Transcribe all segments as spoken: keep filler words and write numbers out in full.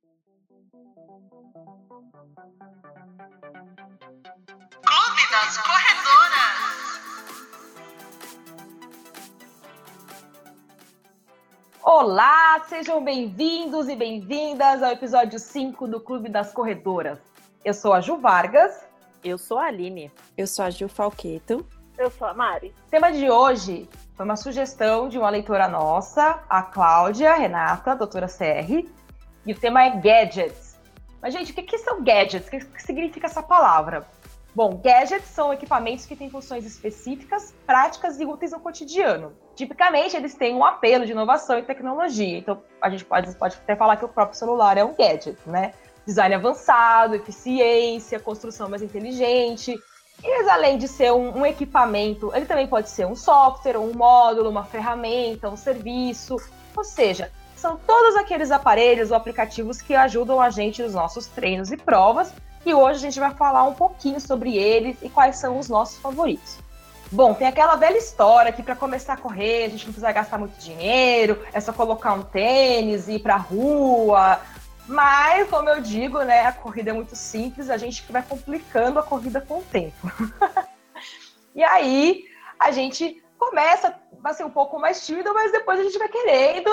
Clube das Corredoras. Olá, sejam bem-vindos e bem-vindas ao episódio cinco do Clube das Corredoras. Eu sou a Ju Vargas. Eu sou a Aline. Eu sou a Gil Falqueto. Eu sou a Mari. O tema de hoje foi uma sugestão de uma leitora nossa, a Cláudia Renata, doutora C R, e o tema é gadgets. Mas, gente, o que, que são gadgets? O que, que significa essa palavra? Bom, gadgets são equipamentos que têm funções específicas, práticas e úteis no cotidiano. Tipicamente, eles têm um apelo de inovação e tecnologia. Então, a gente pode, pode até falar que o próprio celular é um gadget, né? Design avançado, eficiência, construção mais inteligente. E, além de ser um, um equipamento, ele também pode ser um software, um módulo, uma ferramenta, um serviço. Ou seja, são todos aqueles aparelhos ou aplicativos que ajudam a gente nos nossos treinos e provas. E hoje a gente vai falar um pouquinho sobre eles e quais são os nossos favoritos. Bom, tem aquela velha história que para começar a correr a gente não precisa gastar muito dinheiro, é só colocar um tênis e ir pra rua. Mas, como eu digo, né, a corrida é muito simples, a gente que vai complicando a corrida com o tempo. E aí a gente começa a ser um pouco mais tímido, mas depois a gente vai querendo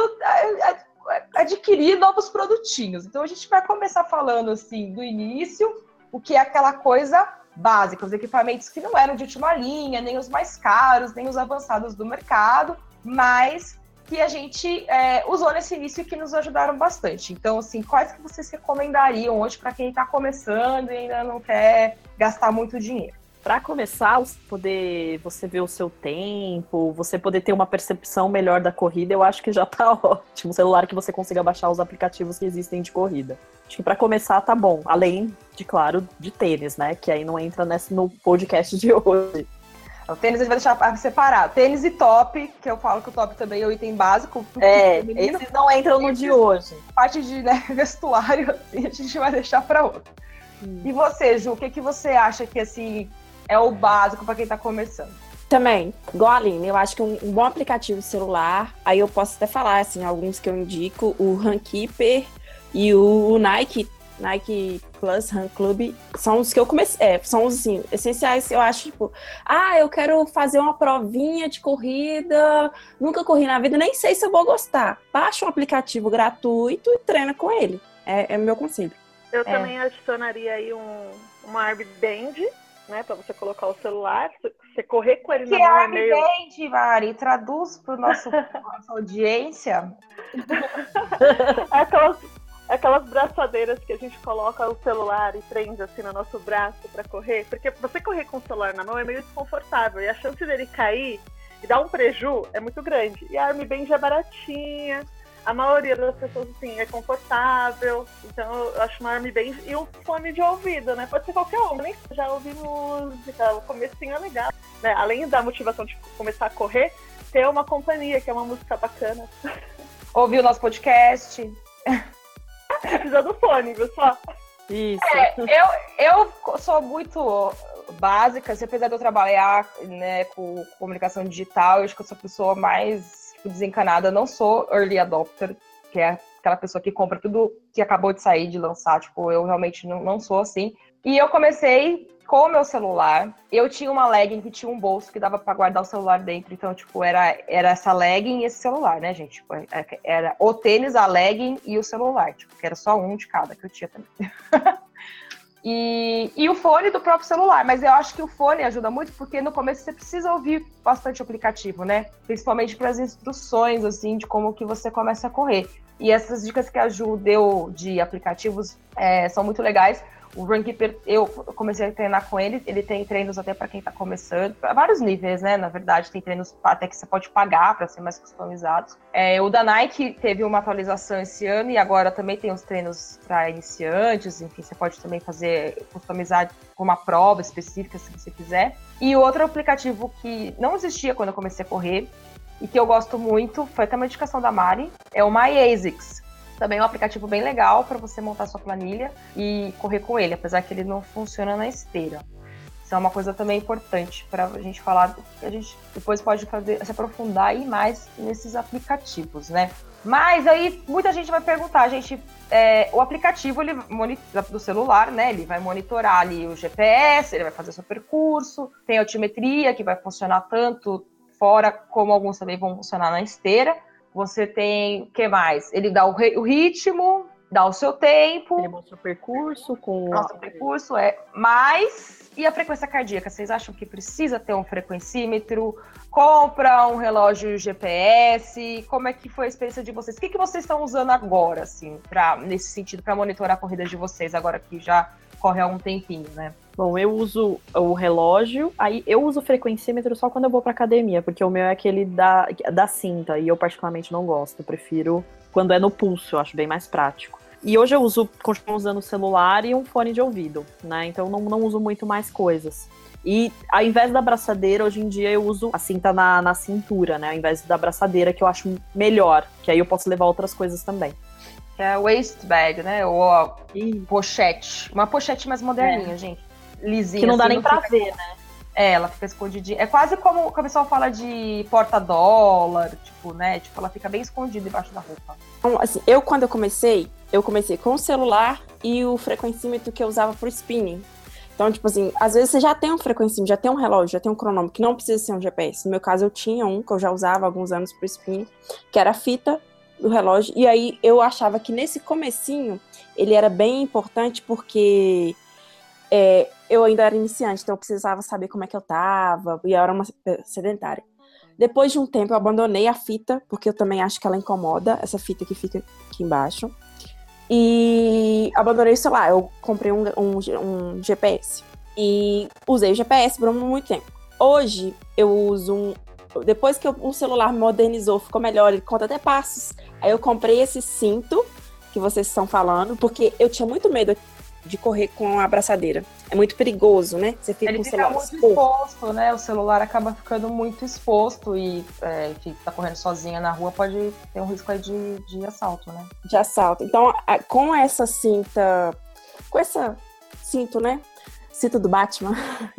adquirir novos produtinhos. Então a gente vai começar falando assim do início, o que é aquela coisa básica, os equipamentos que não eram de última linha, nem os mais caros, nem os avançados do mercado, mas que a gente é, usou nesse início e que nos ajudaram bastante. Então, assim, quais que vocês recomendariam hoje para quem está começando e ainda não quer gastar muito dinheiro? Para começar, poder você ver o seu tempo, você poder ter uma percepção melhor da corrida, eu acho que já tá ótimo. Um celular que você consiga baixar os aplicativos que existem de corrida. Acho que para começar tá bom. Além de, claro, de tênis, né? Que aí não entra nesse, no podcast de hoje. O tênis a gente vai deixar separado. Tênis e top, que eu falo que o top também é o item básico. É, esses não entram no de hoje. Parte de, né, vestuário, assim, a gente vai deixar para outro. Hum. E você, Ju, o que, que você acha que, assim, é o básico para quem tá começando? Também, igual a Aline, eu acho que um, um bom aplicativo celular, aí eu posso até falar, assim, alguns que eu indico, o Runkeeper e o Nike, Nike Plus Run Club, são os que eu comecei, é, são os, assim, essenciais, eu acho, tipo, ah, eu quero fazer uma provinha de corrida, nunca corri na vida, nem sei se eu vou gostar. Baixa um aplicativo gratuito e treina com ele, é, é o meu conselho. Eu é. também adicionaria aí um, uma Armband, né, pra você colocar o celular, você correr com ele que na mão é é meio... Armband, Mari? Traduz para nossa audiência. é aquelas, aquelas braçadeiras que a gente coloca o celular e prende assim no nosso braço pra correr, porque você correr com o celular na mão é meio desconfortável, e a chance dele cair e dar um preju é muito grande. E a Armband é baratinha, a maioria das pessoas, assim, é confortável. Então, eu acho uma Armband e um fone de ouvido, né? Pode ser qualquer um, nem já ouvir música, o comecinho é legal. Né? Além da motivação de começar a correr, ter uma companhia, que é uma música bacana. Ouvir o nosso podcast. Precisa do fone, viu só? Isso. É, eu, eu sou muito básica, assim, apesar de eu trabalhar, né, com comunicação digital, eu acho que eu sou a pessoa mais desencanada, não sou early adopter, que é aquela pessoa que compra tudo que acabou de sair, de lançar, tipo, eu realmente não, não sou assim. E eu comecei com o meu celular, eu tinha uma legging que tinha um bolso que dava pra guardar o celular dentro, então, tipo, era, era essa legging e esse celular, né, gente? Tipo, era o tênis, a legging e o celular, tipo, que era só um de cada que eu tinha também. E, e o fone do próprio celular, mas eu acho que o fone ajuda muito porque no começo você precisa ouvir bastante o aplicativo, né? Principalmente para as instruções, assim, de como que você começa a correr. E essas dicas que a Ju deu de aplicativos é, são muito legais. O Runkeeper, eu comecei a treinar com ele, ele tem treinos até para quem está começando, para vários níveis, né? Na verdade, tem treinos até que você pode pagar para ser mais customizados. É, o da Nike teve uma atualização esse ano e agora também tem os treinos para iniciantes, enfim, você pode também fazer, customizar com uma prova específica, se você quiser. E o outro aplicativo que não existia quando eu comecei a correr e que eu gosto muito, foi até uma indicação da Mari, é o MyASICS. Também é um aplicativo bem legal para você montar sua planilha e correr com ele, apesar que ele não funciona na esteira. Isso é uma coisa também importante para a gente falar, que a gente depois pode fazer, se aprofundar aí mais nesses aplicativos, né? Mas aí muita gente vai perguntar, gente, é, o aplicativo ele monitora, do celular, né? Ele vai monitorar ali o G P S, ele vai fazer o seu percurso, tem a altimetria que vai funcionar tanto fora como alguns também vão funcionar na esteira. Você tem, o que mais? Ele dá o, re, o ritmo, dá o seu tempo. Ele mostra o percurso com... Nossa, o percurso é mais... E a frequência cardíaca? Vocês acham que precisa ter um frequencímetro? Compra um relógio G P S? Como é que foi a experiência de vocês? O que, que vocês estão usando agora, assim, pra, nesse sentido, para monitorar a corrida de vocês, agora que já corre há um tempinho, né? Bom, eu uso o relógio, aí eu uso o frequencímetro só quando eu vou pra academia, porque o meu é aquele da, da cinta, e eu particularmente não gosto, eu prefiro quando é no pulso, eu acho bem mais prático. E hoje eu uso, continuo usando o celular e um fone de ouvido, né? Então não, não uso muito mais coisas. E ao invés da abraçadeira, hoje em dia eu uso a cinta na, na cintura, né? Ao invés da abraçadeira, que eu acho melhor, que aí eu posso levar outras coisas também. Que é a waist bag, né? Ou a pochete. Uma pochete mais moderninha, é. gente. Lisinha. Que não dá assim, nem não pra fica... ver, né? É, ela fica escondidinha. É quase como o pessoal fala de porta-dólar, tipo, né? Tipo, ela fica bem escondida debaixo da roupa. Então, assim, eu quando eu comecei, eu comecei com o celular e o frequencímetro que eu usava pro spinning. Então, tipo assim, às vezes você já tem um frequencímetro, já tem um relógio, já tem um cronômetro, que não precisa ser um G P S. No meu caso, eu tinha um que eu já usava há alguns anos pro spinning, que era a fita do relógio. E aí eu achava que nesse comecinho ele era bem importante porque é, eu ainda era iniciante, então eu precisava saber como é que eu tava, e eu era uma sedentária. Depois de um tempo eu abandonei a fita, porque eu também acho que ela incomoda, essa fita que fica aqui embaixo. E abandonei o celular, eu comprei um, um, um G P S. E usei o G P S por muito tempo. Hoje eu uso um... Depois que eu, o celular modernizou, ficou melhor, ele conta até passos. Aí eu comprei esse cinto que vocês estão falando, porque eu tinha muito medo de correr com a abraçadeira. É muito perigoso, né? Você fica Ele com o fica celular muito exposto. exposto, né? O celular acaba ficando muito exposto e, é, enfim, tá correndo sozinha na rua, pode ter um risco aí de, de assalto, né? De assalto. Então, a, com essa cinta, com essa cinto, né? Cinto do Batman,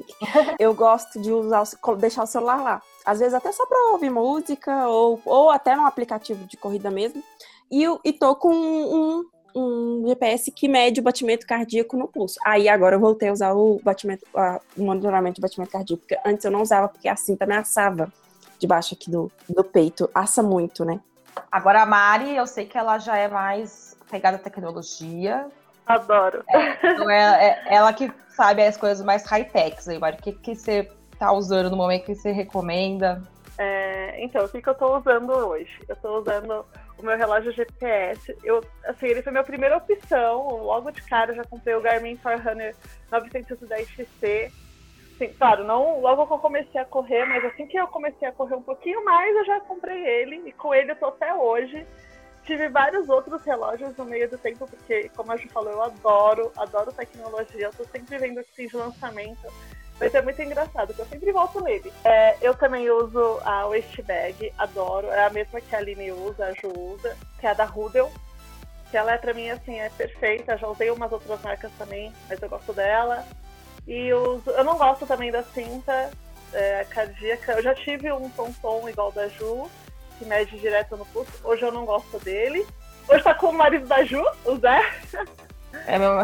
eu gosto de usar, deixar o celular lá. Às vezes até só pra ouvir música ou, ou até num aplicativo de corrida mesmo. E, eu, e tô com um, um G P S que mede o batimento cardíaco no pulso. Aí agora eu voltei a usar o, batimento, a, o monitoramento do batimento cardíaco, porque antes eu não usava porque a cinta ameaçava debaixo aqui do, do peito. Assa muito, né? Agora a Mari, eu sei que ela já é mais pegada à tecnologia. Adoro. É, então é, é ela que sabe as coisas mais high-techs aí, Mari. O que, que você tá usando no momento que você recomenda? É, então, o que, que eu tô usando hoje? Eu tô usando o meu relógio G P S. Eu, assim, ele foi a minha primeira opção. Logo de cara, eu já comprei o Garmin Forerunner novecentos e dez X T. Assim, claro, não logo que eu comecei a correr, mas assim que eu comecei a correr um pouquinho mais, eu já comprei ele. E com ele eu tô até hoje. Tive vários outros relógios no meio do tempo, porque, como a Ju falou, eu adoro, adoro tecnologia. Eu tô sempre vendo assim de lançamento. Mas é muito engraçado, porque eu sempre volto nele. É, eu também uso a waist bag, adoro. É a mesma que a Aline usa, a Ju usa, que é a da Rudel. Que ela é, pra mim, assim, é perfeita. Já usei umas outras marcas também, mas eu gosto dela. E uso, eu não gosto também da cinta é, cardíaca. Eu já tive um tom-tom igual da Ju, que mede direto no pulso. Hoje eu não gosto dele. Hoje tá com o marido da Ju, o Zé. É meu...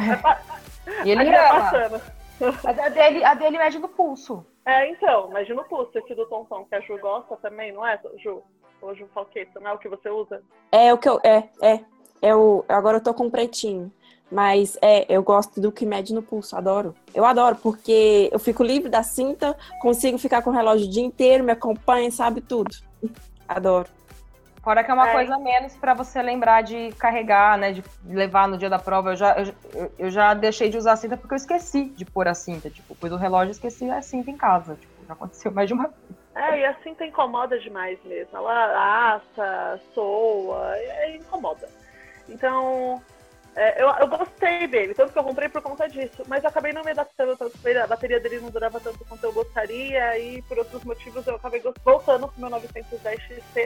E ele tá ama. passando. Mas a dele, a dele mede no pulso. É, então, mede no pulso. Esse do tom-tom que a Ju gosta também, não é, Ju? Ou Ju Falqueta, não é o que você usa? É o que eu... É, é. é o, agora eu tô com um pretinho. Mas é, eu gosto do que mede no pulso, adoro. Eu adoro, porque eu fico livre da cinta, consigo ficar com o relógio o dia inteiro, me acompanha, sabe tudo. Adoro. Fora que é uma É. coisa a menos pra você lembrar de carregar, né? De levar no dia da prova. Eu já, eu, eu já deixei de usar a cinta porque eu esqueci de pôr a cinta. Tipo, pus o relógio e esqueci a cinta em casa. Tipo, já aconteceu mais de uma vez. É, e a cinta incomoda demais mesmo. Ela assa, soa, é, incomoda. Então, é, eu, eu gostei dele, tanto que eu comprei por conta disso. Mas eu acabei não me adaptando tanto com ele. A bateria dele não durava tanto quanto eu gostaria. E por outros motivos eu acabei voltando pro meu novecentos e dez X T.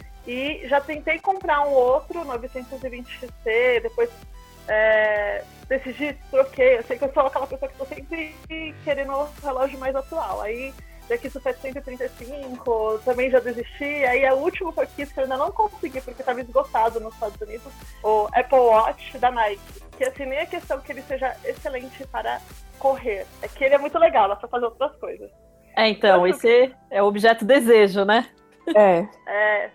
E já tentei comprar um outro, novecentos e vinte X T, depois é, decidi, troquei. Eu sei que eu sou aquela pessoa que tô sempre querendo um relógio mais atual. Aí já quis o setecentos e trinta e cinco, também já desisti. Aí a última que eu quis, que eu ainda não consegui, porque estava esgotado nos Estados Unidos, o Apple Watch da Nike. Que assim, nem é questão que ele seja excelente para correr, é que ele é muito legal, dá pra fazer outras coisas. É, então, esse é o objeto desejo, né? É. É.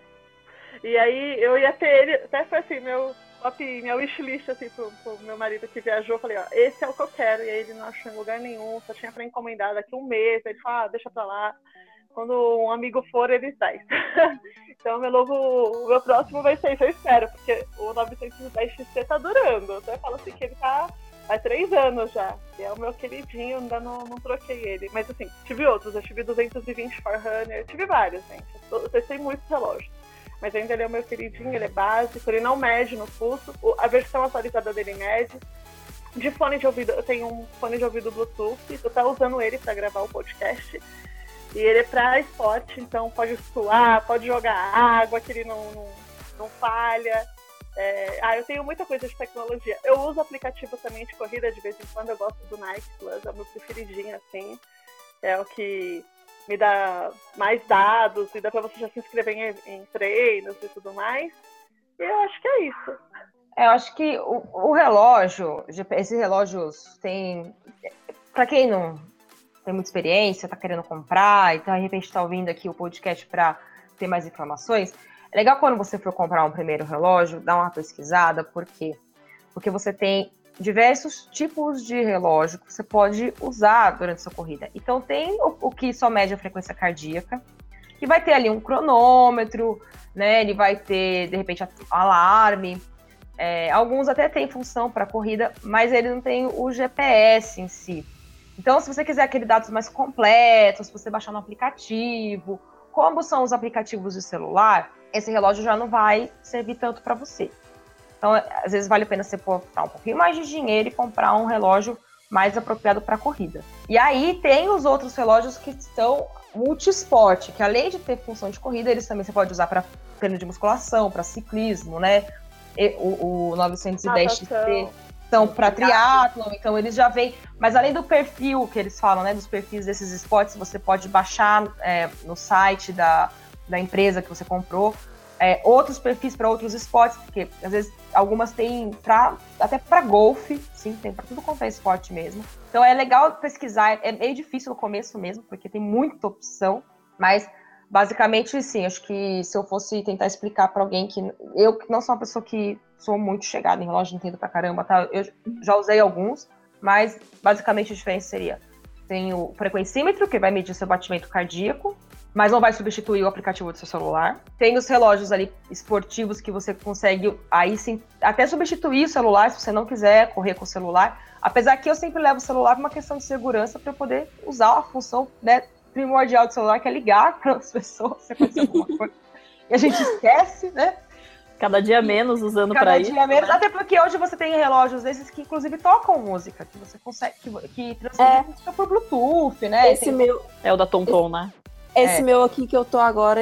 E aí eu ia ter ele, até foi assim, meu top, minha wishlist, assim, pro, pro meu marido que viajou, eu falei, ó, esse é o que eu quero, e aí ele não achou em lugar nenhum, só tinha pra encomendar daqui um mês, aí ele falou, ah, deixa pra lá, quando um amigo for, ele traz. Então meu novo, o meu próximo vai ser isso, eu espero, porque o novecentos e dez X T tá durando, eu até falo assim que ele tá, faz três anos já, e é o meu queridinho, ainda não, não troquei ele, mas assim, tive outros, eu tive duzentos e vinte Forerunner, eu tive vários, gente, eu testei muitos relógios. Mas ainda ele é o meu queridinho, ele é básico, ele não mede no pulso, a versão atualizada dele mede. De fone de ouvido, eu tenho um fone de ouvido Bluetooth, eu tô usando ele para gravar o podcast. E ele é para esporte, então pode suar, pode jogar água, que ele não, não, não falha. É, ah, eu tenho muita coisa de tecnologia. Eu uso aplicativo também de corrida, de vez em quando eu gosto do Nike Plus, é o meu preferidinho, assim. É o que me dá mais dados e dá pra você já se inscrever em, em treinos e tudo mais. E eu acho que é isso. É, eu acho que o, o relógio, esses relógios tem... Pra quem não tem muita experiência, tá querendo comprar, então de repente tá ouvindo aqui o podcast pra ter mais informações, é legal quando você for comprar um primeiro relógio, dar uma pesquisada, por quê? Porque você tem diversos tipos de relógio que você pode usar durante a sua corrida. Então tem o, o que só mede a frequência cardíaca, que vai ter ali um cronômetro, né? Ele vai ter, de repente, alarme. É, alguns até têm função para corrida, mas ele não tem o G P S em si. Então, se você quiser aqueles dados mais completos, se você baixar no aplicativo, como são os aplicativos de celular, esse relógio já não vai servir tanto para você. Então, às vezes vale a pena você botar um pouquinho mais de dinheiro e comprar um relógio mais apropriado para a corrida. E aí tem os outros relógios que são multiesporte, que além de ter função de corrida, eles também você pode usar para treino de musculação, para ciclismo, né? E, o, o novecentos e dez X T são para triatlon, então eles já vêm. Mas além do perfil que eles falam, né? Dos perfis desses esportes, você pode baixar é, no site da, da empresa que você comprou. É, outros perfis para outros esportes, porque às vezes algumas tem pra, até para golfe, sim, tem para tudo quanto é esporte mesmo. Então é legal pesquisar, é meio difícil no começo mesmo, porque tem muita opção, mas basicamente sim, acho que se eu fosse tentar explicar para alguém que eu que não sou uma pessoa que sou muito chegada em relógio, entendo pra caramba, tá? Eu já usei alguns, mas basicamente a diferença seria, tem o frequencímetro, que vai medir seu batimento cardíaco, mas não vai substituir o aplicativo do seu celular. Tem os relógios ali esportivos que você consegue, aí sim, até substituir o celular, se você não quiser correr com o celular. Apesar que eu sempre levo o celular por uma questão de segurança para eu poder usar a função, né, primordial do celular, que é ligar para as pessoas se acontecer alguma coisa. E a gente esquece, né? Cada dia menos usando para isso. Cada dia menos, né? Até porque hoje você tem relógios desses que inclusive tocam música, que você consegue, que, que transferem É. música por Bluetooth, né? Esse Tem- meu, É o da TomTom, né? esse É. meu aqui que eu tô agora,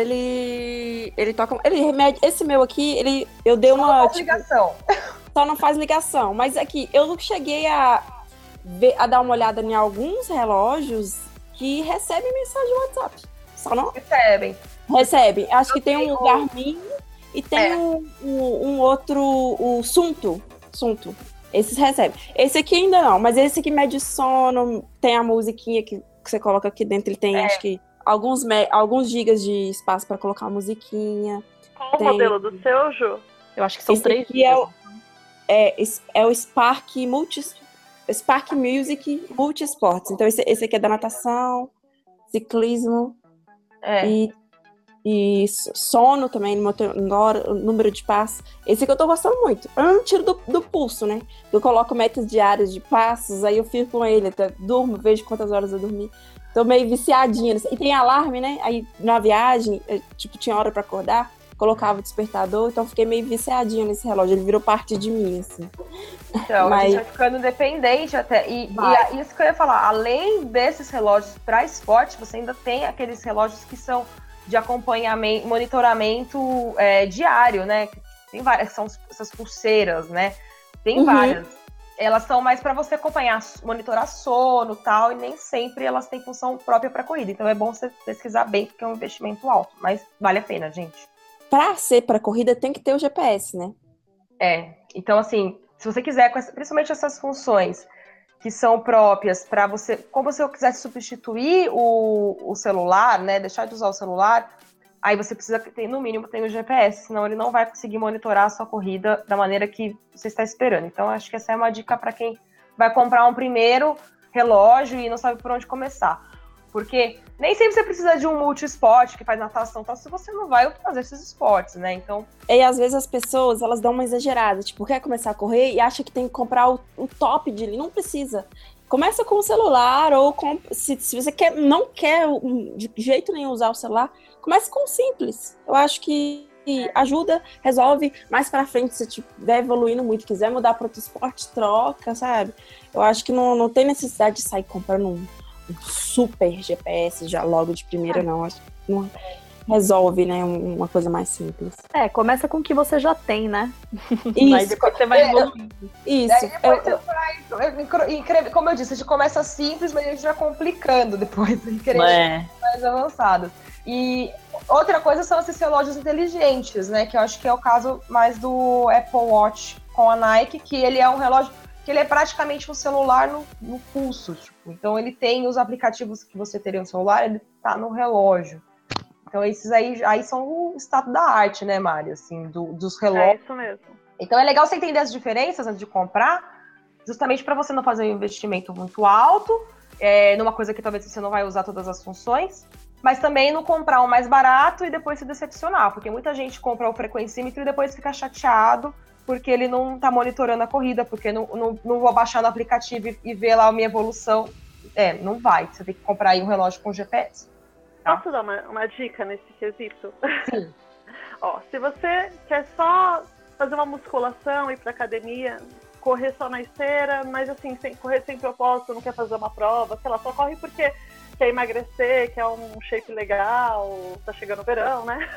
ele ele toca, ele remede, esse meu aqui, ele eu dei Só uma uma tipo, ligação. só não faz ligação, mas aqui eu não cheguei a ver, a dar uma olhada em alguns relógios que recebem mensagem no WhatsApp. Só não Recebem. recebem. Acho que tem tenho- um Garmin e tem É. um, um, um outro, o Sunto, Sunto. Esses recebem. Esse aqui ainda não, mas esse aqui mede sono, tem a musiquinha que, que você coloca aqui dentro, ele tem É. acho que alguns, me- alguns gigas de espaço para colocar a musiquinha. Qual o Tem. modelo do seu, Ju? Eu acho que são Esse três aqui é dias. o, é, es- é o Spark Multi, Spark Music Multisports. Então esse, esse aqui é da natação, ciclismo É. e, e sono também, motor- hora- número de passos. Esse aqui eu tô gostando muito. Eu não tiro do, do pulso, né? Eu coloco metas diárias de passos, aí eu fico com ele, até durmo, vejo quantas horas eu dormi. Tô meio viciadinha. nesse- E tem alarme, né? Aí na viagem, eu, tipo, tinha hora pra acordar, colocava o despertador, então fiquei meio viciadinha nesse relógio. Ele virou parte de mim, assim. Então, a Mas- gente vai ficando dependente até. E, e Vai. a- isso que eu ia falar, além desses relógios para esporte, você ainda tem aqueles relógios que são de acompanhamento, monitoramento é, diário, né? Tem várias, são essas pulseiras, né? Tem Uhum. várias. elas são mais para você acompanhar, monitorar sono e tal, e nem sempre elas têm função própria para corrida. Então é bom você pesquisar bem, porque é um investimento alto, mas vale a pena, gente. Pra ser pra corrida, tem que ter o G P S, né? É, então assim, se você quiser, principalmente essas funções que são próprias para você, como se eu quisesse substituir o, o celular, né, deixar de usar o celular, aí você precisa ter, no mínimo, ter o G P S, senão ele não vai conseguir monitorar a sua corrida da maneira que você está esperando. Então, acho que essa é uma dica para quem vai comprar um primeiro relógio e não sabe por onde começar. Porque nem sempre você precisa de um multi-esporte que faz natação, tal, se você não vai fazer esses esportes, né? Então... E às vezes as pessoas, elas dão uma exagerada, tipo, quer começar a correr e acha que tem que comprar o, o top de linha. Não precisa. Começa com o celular, ou com, se, se você quer, não quer de jeito nenhum usar o celular, comece com o simples. Eu acho que ajuda, resolve. Mais pra frente, se estiver evoluindo muito, quiser mudar para outro esporte, troca, sabe? Eu acho que não, não tem necessidade de sair comprando um, um super G P S já logo de primeira, não. Acho que não resolve, né? Uma coisa mais simples. É, começa com o que você já tem, né? Isso. Aí depois você vai evoluindo. Isso. Daí depois Eu, você vai, como eu disse, a gente começa simples, mas a gente vai complicando depois, querendo É. mais avançados. E outra coisa são esses relógios inteligentes, né? Que eu acho que é o caso mais do Apple Watch com a Nike, que ele é um relógio que ele é praticamente um celular no, no pulso. Tipo. Então ele tem os aplicativos que você teria no celular, ele tá no relógio. Então esses aí, aí são o estado da arte, né, Mari? Assim, do, dos relógios. É isso mesmo. Então é legal você entender as diferenças antes de comprar, justamente para você não fazer um investimento muito alto, é, numa coisa que talvez você não vai usar todas as funções, mas também não comprar o mais barato e depois se decepcionar, porque muita gente compra o frequencímetro e depois fica chateado porque ele não tá monitorando a corrida, porque não, não, não vou baixar no aplicativo e, e ver lá a minha evolução. É, não vai. Você tem que comprar aí um relógio com G P S. Tá? Posso dar uma, uma dica nesse quesito? Sim. Ó, se você quer só fazer uma musculação, ir pra academia, correr só na esteira, mas assim, sem, correr sem propósito, não quer fazer uma prova, sei lá, só corre porque quer emagrecer, quer um shape legal, tá chegando o verão, né?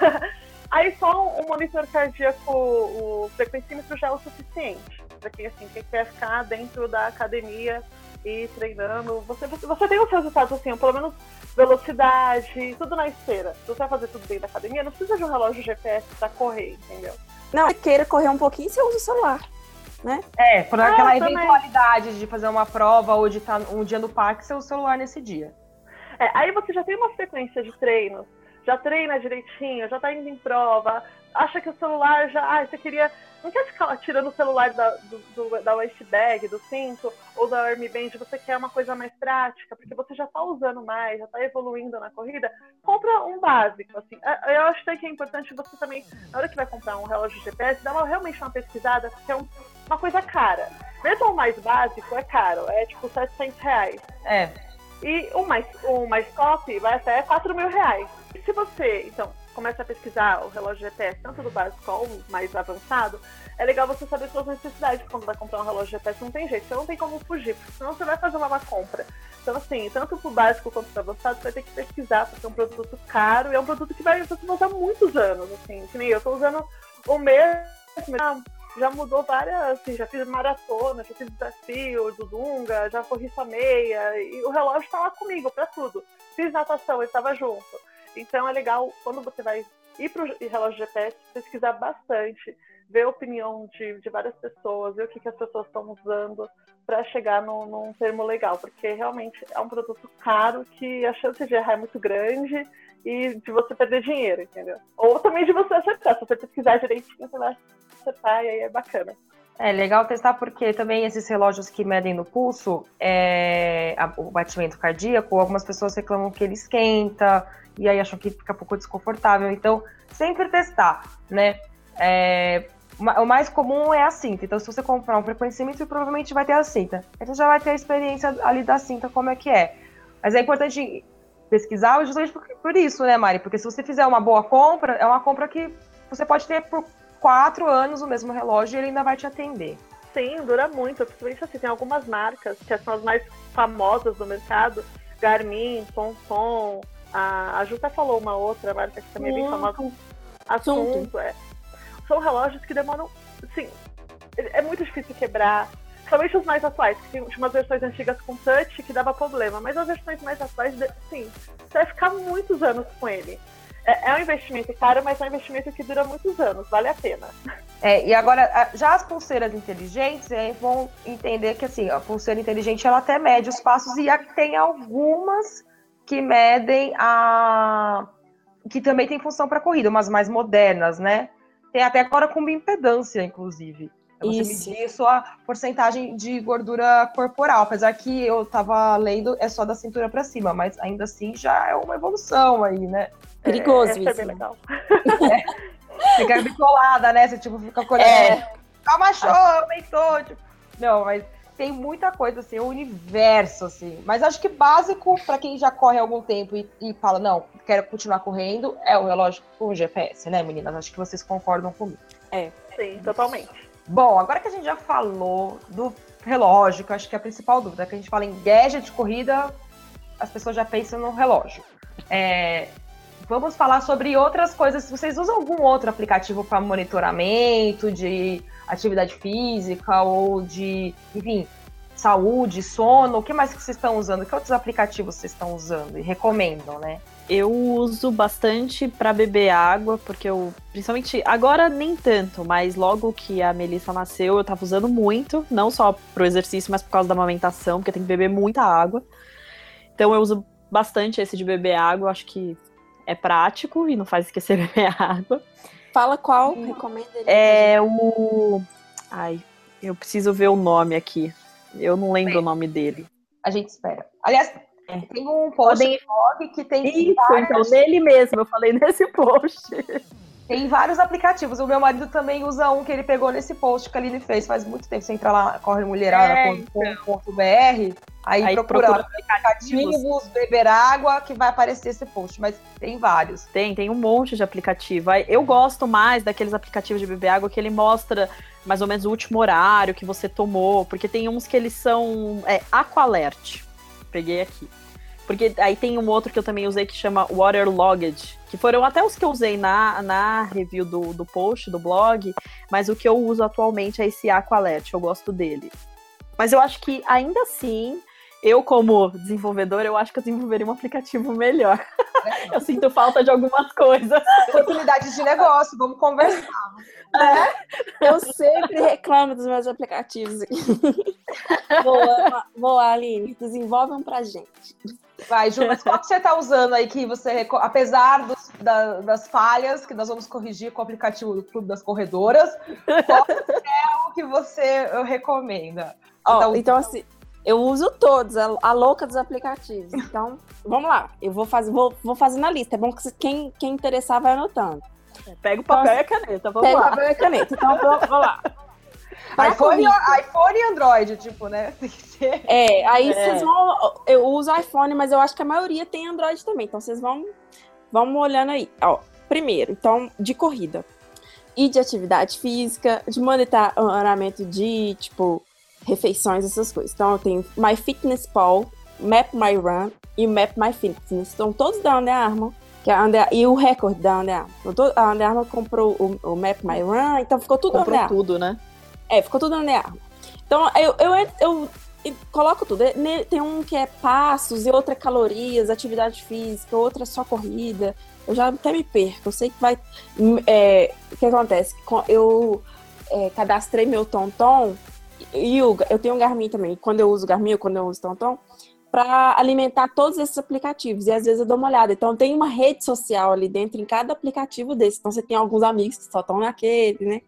Aí só um monitor cardíaco, o frequencímetro já é o suficiente. Pra quem, assim, quem quer ficar dentro da academia e treinando, você, você, você tem os resultados, assim, pelo menos velocidade, tudo na esteira. Se você vai fazer tudo dentro da academia, não precisa de um relógio G P S pra correr, entendeu? não, se queira correr um pouquinho, você usa o celular, né? É, por Ah, aquela também. eventualidade de fazer uma prova ou de estar um dia no parque, você usa o celular nesse dia. É, aí você já tem uma frequência de treinos, já treina direitinho, já tá indo em prova, acha que o celular já... Ah, você queria... Não quer ficar tirando o celular da, do, do, da waist bag, do cinto, ou da arm band, você quer uma coisa mais prática, porque você já tá usando mais, já tá evoluindo na corrida, compra um básico, assim. Eu acho que é importante você também, na hora que vai comprar um relógio G P S, dar uma, realmente uma pesquisada, porque é um, uma coisa cara. Mesmo o mais básico é caro, é tipo setecentos reais. É. E o mais, o mais top vai até quatro mil reais. E se você, então, começa a pesquisar o relógio G P S, tanto do básico quanto o mais avançado, é legal você saber suas necessidades quando vai comprar um relógio G P S. Não tem jeito, você não tem como fugir, porque senão você vai fazer uma má compra. Então, assim, tanto pro básico quanto pro avançado, você vai ter que pesquisar, porque é um produto caro e é um produto que vai, você vai usar muitos anos, assim. Que nem eu tô usando o mesmo, já mudou várias, assim, já fiz maratona, já fiz desafio do Dunga, já corri sua meia, e o relógio tá lá comigo pra tudo. Fiz natação, ele tava junto. Então é legal, quando você vai ir pro relógio G P S, pesquisar bastante, ver a opinião de, de várias pessoas, ver o que, que as pessoas estão usando para chegar no, num termo legal, porque realmente é um produto caro que a chance de errar é muito grande e de você perder dinheiro, entendeu? Ou também de você acertar, se você pesquisar direitinho, você vai acertar e aí é bacana. É legal testar porque também esses relógios que medem no pulso, é, a, o batimento cardíaco, algumas pessoas reclamam que ele esquenta e aí acham que fica um pouco desconfortável. Então, sempre testar, né? É, o mais comum é a cinta. Então, se você comprar um frequencímetro, provavelmente vai ter a cinta. Então, já vai ter a experiência ali da cinta, como é que é. Mas é importante pesquisar justamente por, por isso, né, Mari? Porque se você fizer uma boa compra, é uma compra que você pode ter por quatro anos o mesmo relógio e ele ainda vai te atender. Sim, dura muito. Principalmente assim, tem algumas marcas que são as mais famosas do mercado. Garmin, Tonton, a, a Ju até falou uma outra marca que também é bem famosa. Assunto, é. São relógios que demoram, assim, é muito difícil quebrar. Somente os mais atuais, que tinha umas versões antigas com touch que dava problema, mas as versões mais atuais, sim, você vai ficar muitos anos com ele. É, é um investimento caro, mas é um investimento que dura muitos anos, vale a pena. É, e agora, já as pulseiras inteligentes, aí vão entender que assim, a pulseira inteligente ela até mede os passos e tem algumas que medem a... que também tem função para corrida, umas mais modernas, né? Tem até agora com bioimpedância, inclusive. Você Isso. medir sua porcentagem de gordura corporal, apesar que eu tava lendo, é só da cintura para cima, mas ainda assim já é uma evolução aí, né? Perigoso é, isso. É bem legal. É, fica bitolada, né? Você tipo, fica colhendo. É. Calma, achou, aumentou. Tipo... Não, mas tem muita coisa, assim, o universo, assim. Mas acho que básico para quem já corre há algum tempo e, e fala, não, quero continuar correndo, é o relógio com G P S, né, meninas? Acho que vocês concordam comigo. É. Sim, totalmente. Bom, agora que a gente já falou do relógio, que eu acho que é a principal dúvida, que a gente fala em gadget de corrida, as pessoas já pensam no relógio. É, vamos falar sobre outras coisas. Vocês usam algum outro aplicativo para monitoramento de atividade física ou de, enfim, saúde, sono? O que mais que vocês estão usando? Que outros aplicativos vocês estão usando e recomendam, né? Eu uso bastante para beber água, porque eu, principalmente, agora nem tanto, mas logo que a Melissa nasceu, eu tava usando muito, não só pro exercício, mas por causa da amamentação, porque tem que beber muita água. Então eu uso bastante esse de beber água, acho que é prático e não faz esquecer de beber água. Fala qual, recomenda ele. É o... Ai, eu preciso ver o nome aqui. Eu não lembro Bem, o nome dele. A gente espera. Aliás, é. tem um post Podem... no blog que tem... Isso, várias... então, nele mesmo, eu falei nesse post. Tem vários aplicativos. O meu marido também usa um que ele pegou nesse post que a Aline fez faz muito tempo. Você entra lá, corre mulherada ponto com ponto b r, aí, aí procura, procura aplicativos, beber água, que vai aparecer esse post. Mas tem vários. Tem, tem um monte de aplicativo. Eu gosto mais daqueles aplicativos de beber água que ele mostra mais ou menos o último horário que você tomou, porque tem uns que eles são é, Aqualert. Peguei aqui. Porque aí tem um outro que eu também usei que chama Waterlogged, que foram até os que eu usei na, na review do, do post, do blog, mas o que eu uso atualmente é esse Aqualert, eu gosto dele. Mas eu acho que, ainda assim, eu como desenvolvedora, eu acho que eu desenvolveria um aplicativo melhor. É. Eu sinto falta de algumas coisas. Oportunidades de negócio, vamos conversar. É. Eu sempre reclamo dos meus aplicativos. Boa, boa, Aline, desenvolve um pra gente. Vai, Ju, mas qual que você está usando aí que você, apesar dos, da, das falhas que nós vamos corrigir com o aplicativo do Clube das Corredoras, qual é o que você recomenda? Você oh, tá então, assim, eu uso todos, a, a louca dos aplicativos. Então, vamos lá, eu vou fazer, vou, vou fazer na lista. É bom que quem, quem interessar vai anotando. Pega o papel então, e a caneta, vamos pega lá. Pega o papel e a caneta, então vamos, vamos lá. iPhone, iPhone e Android, tipo, né? Tem que ser. É, aí é. vocês vão... Eu uso iPhone, mas eu acho que a maioria tem Android também. Então, vocês vão, vão olhando aí. Ó, primeiro, então, de corrida. E de atividade física, de monitoramento de, tipo, refeições, essas coisas. Então, eu tenho MyFitnessPal, MapMyRun e MapMyFitness. Estão todos da Under Armour. Que é a Under, e o recorde da Under Armour. Então, a Under Armour comprou o, o MapMyRun, então ficou tudo comprou Under Armour. tudo, né? É, ficou tudo Under Armour. Então, eu, eu, eu, eu coloco tudo. Tem um que é passos, e outra é calorias, atividade física, outra é só corrida. Eu já até me perco. Eu sei que vai... É, o que acontece? Eu é, cadastrei meu TomTom, e o, eu tenho um Garmin também. Quando eu uso Garmin, ou quando eu uso TomTom, para alimentar todos esses aplicativos. E às vezes eu dou uma olhada. Então, tem uma rede social ali dentro, em cada aplicativo desse. Então, você tem alguns amigos que só estão naquele, né?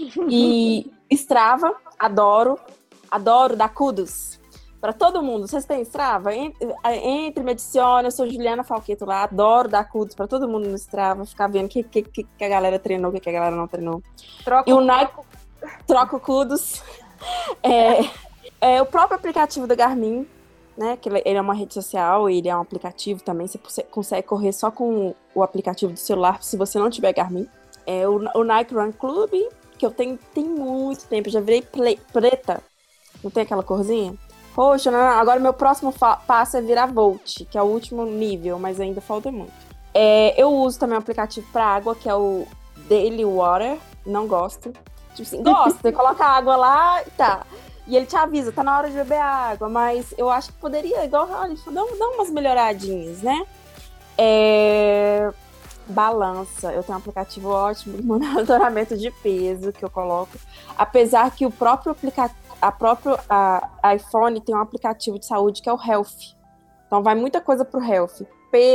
E Strava, adoro. Adoro dar kudos para todo mundo. Vocês têm Strava? Entre, entre, me adicione. Eu sou Juliana Falqueto lá. Adoro dar kudos para todo mundo no Strava. Ficar vendo o que, que, que a galera treinou, o que, que a galera não treinou. Troca e o Nike... Troco kudos. É, é, o próprio aplicativo do Garmin, né, que ele é uma rede social, ele é um aplicativo também, você consegue correr só com o aplicativo do celular se você não tiver Garmin. É o, o Nike Run Club, que eu tenho tem muito tempo, já virei play, preta, não tem aquela corzinha? Poxa, não, não, agora meu próximo fa- passo é virar Volt, que é o último nível, mas ainda falta muito. É, eu uso também um aplicativo para água, que é o Daily Water, não gosto. Tipo assim, gosto, você coloca água lá e tá. E ele te avisa, tá na hora de beber água, mas eu acho que poderia, igual olha, dar, dar umas melhoradinhas, né? É... Balança, eu tenho um aplicativo ótimo de monitoramento de peso que eu coloco, apesar que o próprio aplicativo, a própria a, a iPhone tem um aplicativo de saúde que é o Health, então vai muita coisa pro Health,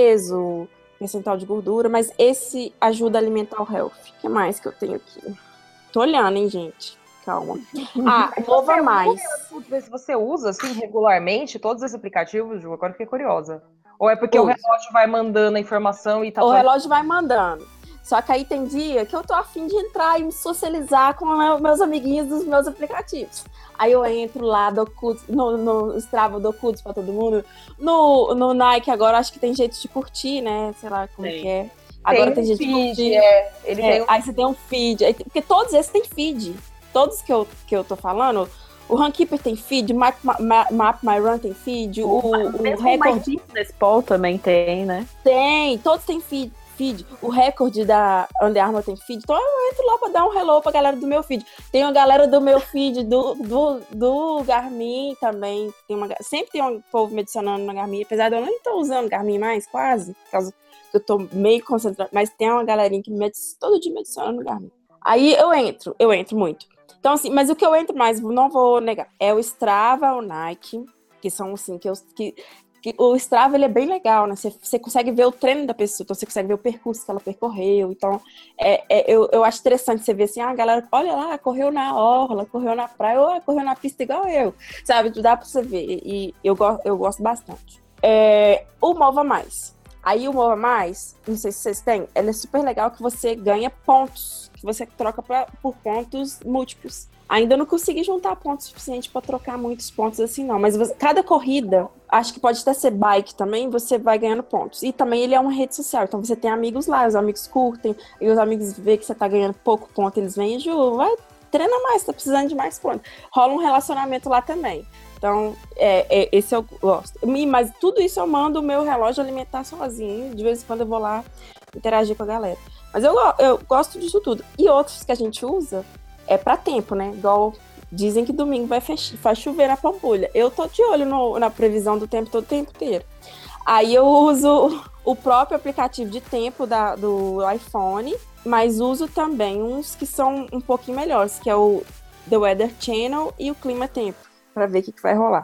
peso, percentual de gordura, mas esse ajuda a alimentar o Health. O que mais que eu tenho aqui? Tô olhando, hein, gente? Calma. Ah, Mova Mais. Se você usa, assim, regularmente, todos esses aplicativos, Ju, agora eu fiquei curiosa. Ou é porque Uso. o relógio vai mandando a informação e tá... O só- relógio vai mandando. Só que aí tem dia que eu tô afim de entrar e me socializar com os meus amiguinhos dos meus aplicativos. Aí eu entro lá, dou cuts, no, no Strava, dou cuts pra todo mundo. No, no Nike agora acho que tem jeito de curtir, né? Sei lá como Tem. que é. Agora tem, um jeito de feed, curtir. é. Ele É, tem um... Aí você tem um feed. Aí, porque todos esses têm feed. Todos que eu, que eu tô falando, o Runkeeper tem feed, Map, Map, Map My Run tem feed, o, o Mesmo Record o MyFitnessPal também tem, né? tem, todos têm feed, feed. O Record da Under Armour tem feed. Então eu entro lá pra dar um hello pra galera do meu feed. Tem a galera do meu feed, do, do, do Garmin também. Tem uma, sempre tem um povo me adicionando na Garmin, apesar de eu nem tô usando Garmin mais, quase, por causa que eu tô meio concentrada, mas tem uma galerinha que me adiciona, todo dia me adiciona no Garmin. Aí eu entro, eu entro muito. Então, assim, mas o que eu entro mais, não vou negar, é o Strava, o Nike, que são, assim, que, eu, que, que o Strava, ele é bem legal, né? Você, você consegue ver o treino da pessoa, então você consegue ver o percurso que ela percorreu. Então, é, é, eu, eu acho interessante você ver assim, ah, a galera, olha lá, correu na orla, correu na praia, ou correu na pista igual eu, sabe? Dá pra você ver, e eu, go, eu gosto bastante. É, o Mova Mais. Aí o Mova Mais, não sei se vocês têm, ele é super legal que você ganha pontos, que você troca pra, por pontos múltiplos. Ainda não consegui juntar pontos suficientes para trocar muitos pontos assim, não. Mas você, cada corrida, acho que pode até ser bike também, você vai ganhando pontos. E também ele é uma rede social, então você tem amigos lá, os amigos curtem, e os amigos veem que você tá ganhando pouco ponto, eles vêm, Ju, vai, treina mais, tá precisando de mais pontos. Rola um relacionamento lá também. Então, é, é, esse eu gosto. Mas tudo isso eu mando o meu relógio alimentar sozinho, de vez em quando eu vou lá interagir com a galera. Mas eu, eu gosto disso tudo. E outros que a gente usa é pra tempo, né? Igual dizem que domingo vai, fech- vai chover na Pampulha. Eu tô de olho no, na previsão do tempo todo o tempo inteiro. Aí eu uso o próprio aplicativo de tempo da, do iPhone, mas uso também uns que são um pouquinho melhores, que é o The Weather Channel e o Clima Tempo, pra ver o que, que vai rolar.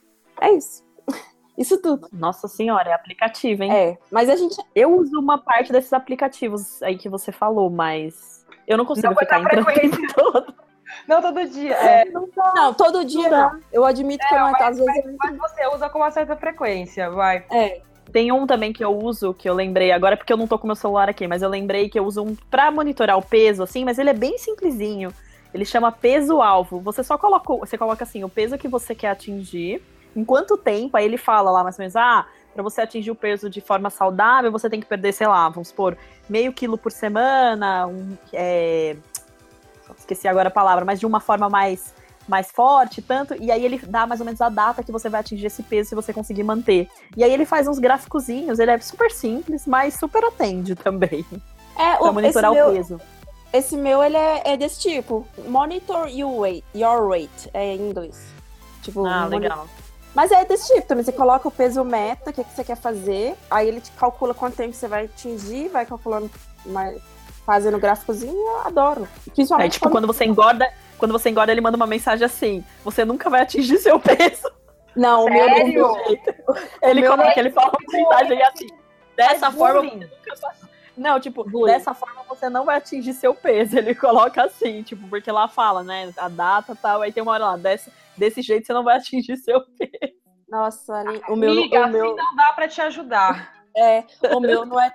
É isso. Isso tudo. Nossa senhora, é aplicativo, hein? É, mas a gente... Eu uso uma parte desses aplicativos aí que você falou, mas eu não consigo Não foi ficar na entrando o tempo todo. Não, todo dia. É, Não dá. Não, todo dia Não dá. não. Eu admito que eu não entro, às vezes eu mas você usa com uma certa frequência, vai. É. Tem um também que eu uso, que eu lembrei agora, porque eu não tô com meu celular aqui, mas eu lembrei que eu uso um pra monitorar o peso, assim, mas ele é bem simplesinho. Ele chama peso-alvo. Você só coloca, você coloca assim, o peso que você quer atingir, em quanto tempo, aí ele fala lá mais ou menos, ah, pra você atingir o peso de forma saudável, você tem que perder, sei lá, vamos supor, meio quilo por semana, um, é, esqueci agora a palavra, mas de uma forma mais, mais forte, tanto, e aí ele dá mais ou menos a data que você vai atingir esse peso se você conseguir manter. E aí ele faz uns gráficozinhos, ele é super simples, mas super atende também, É, pra o, monitorar esse o meu, peso. esse meu, ele é, é desse tipo. Monitor your weight, your weight, é em inglês. Tipo, Ah, moni- legal. Mas é desse tipo também. Você coloca o peso meta, o que, que você quer fazer, aí ele te calcula quanto tempo você vai atingir, vai calculando, vai fazendo gráficozinho, eu adoro. Principalmente É, tipo, quando você engorda, quando você engorda, ele manda uma mensagem assim, você nunca vai atingir seu peso. Não, o meu Sério? não. Ele meu coloca, não- ele fala uma mensagem assim, dessa Faz forma bullying. você nunca vai... Não, tipo, Bullying. dessa forma você não vai atingir seu peso. Ele coloca assim, tipo, porque lá fala, né, a data e tal, aí tem uma hora lá, desse, desse jeito você não vai atingir seu peso. Nossa, ali- o meu, Amiga, o assim meu, não dá pra te ajudar. é, o meu não é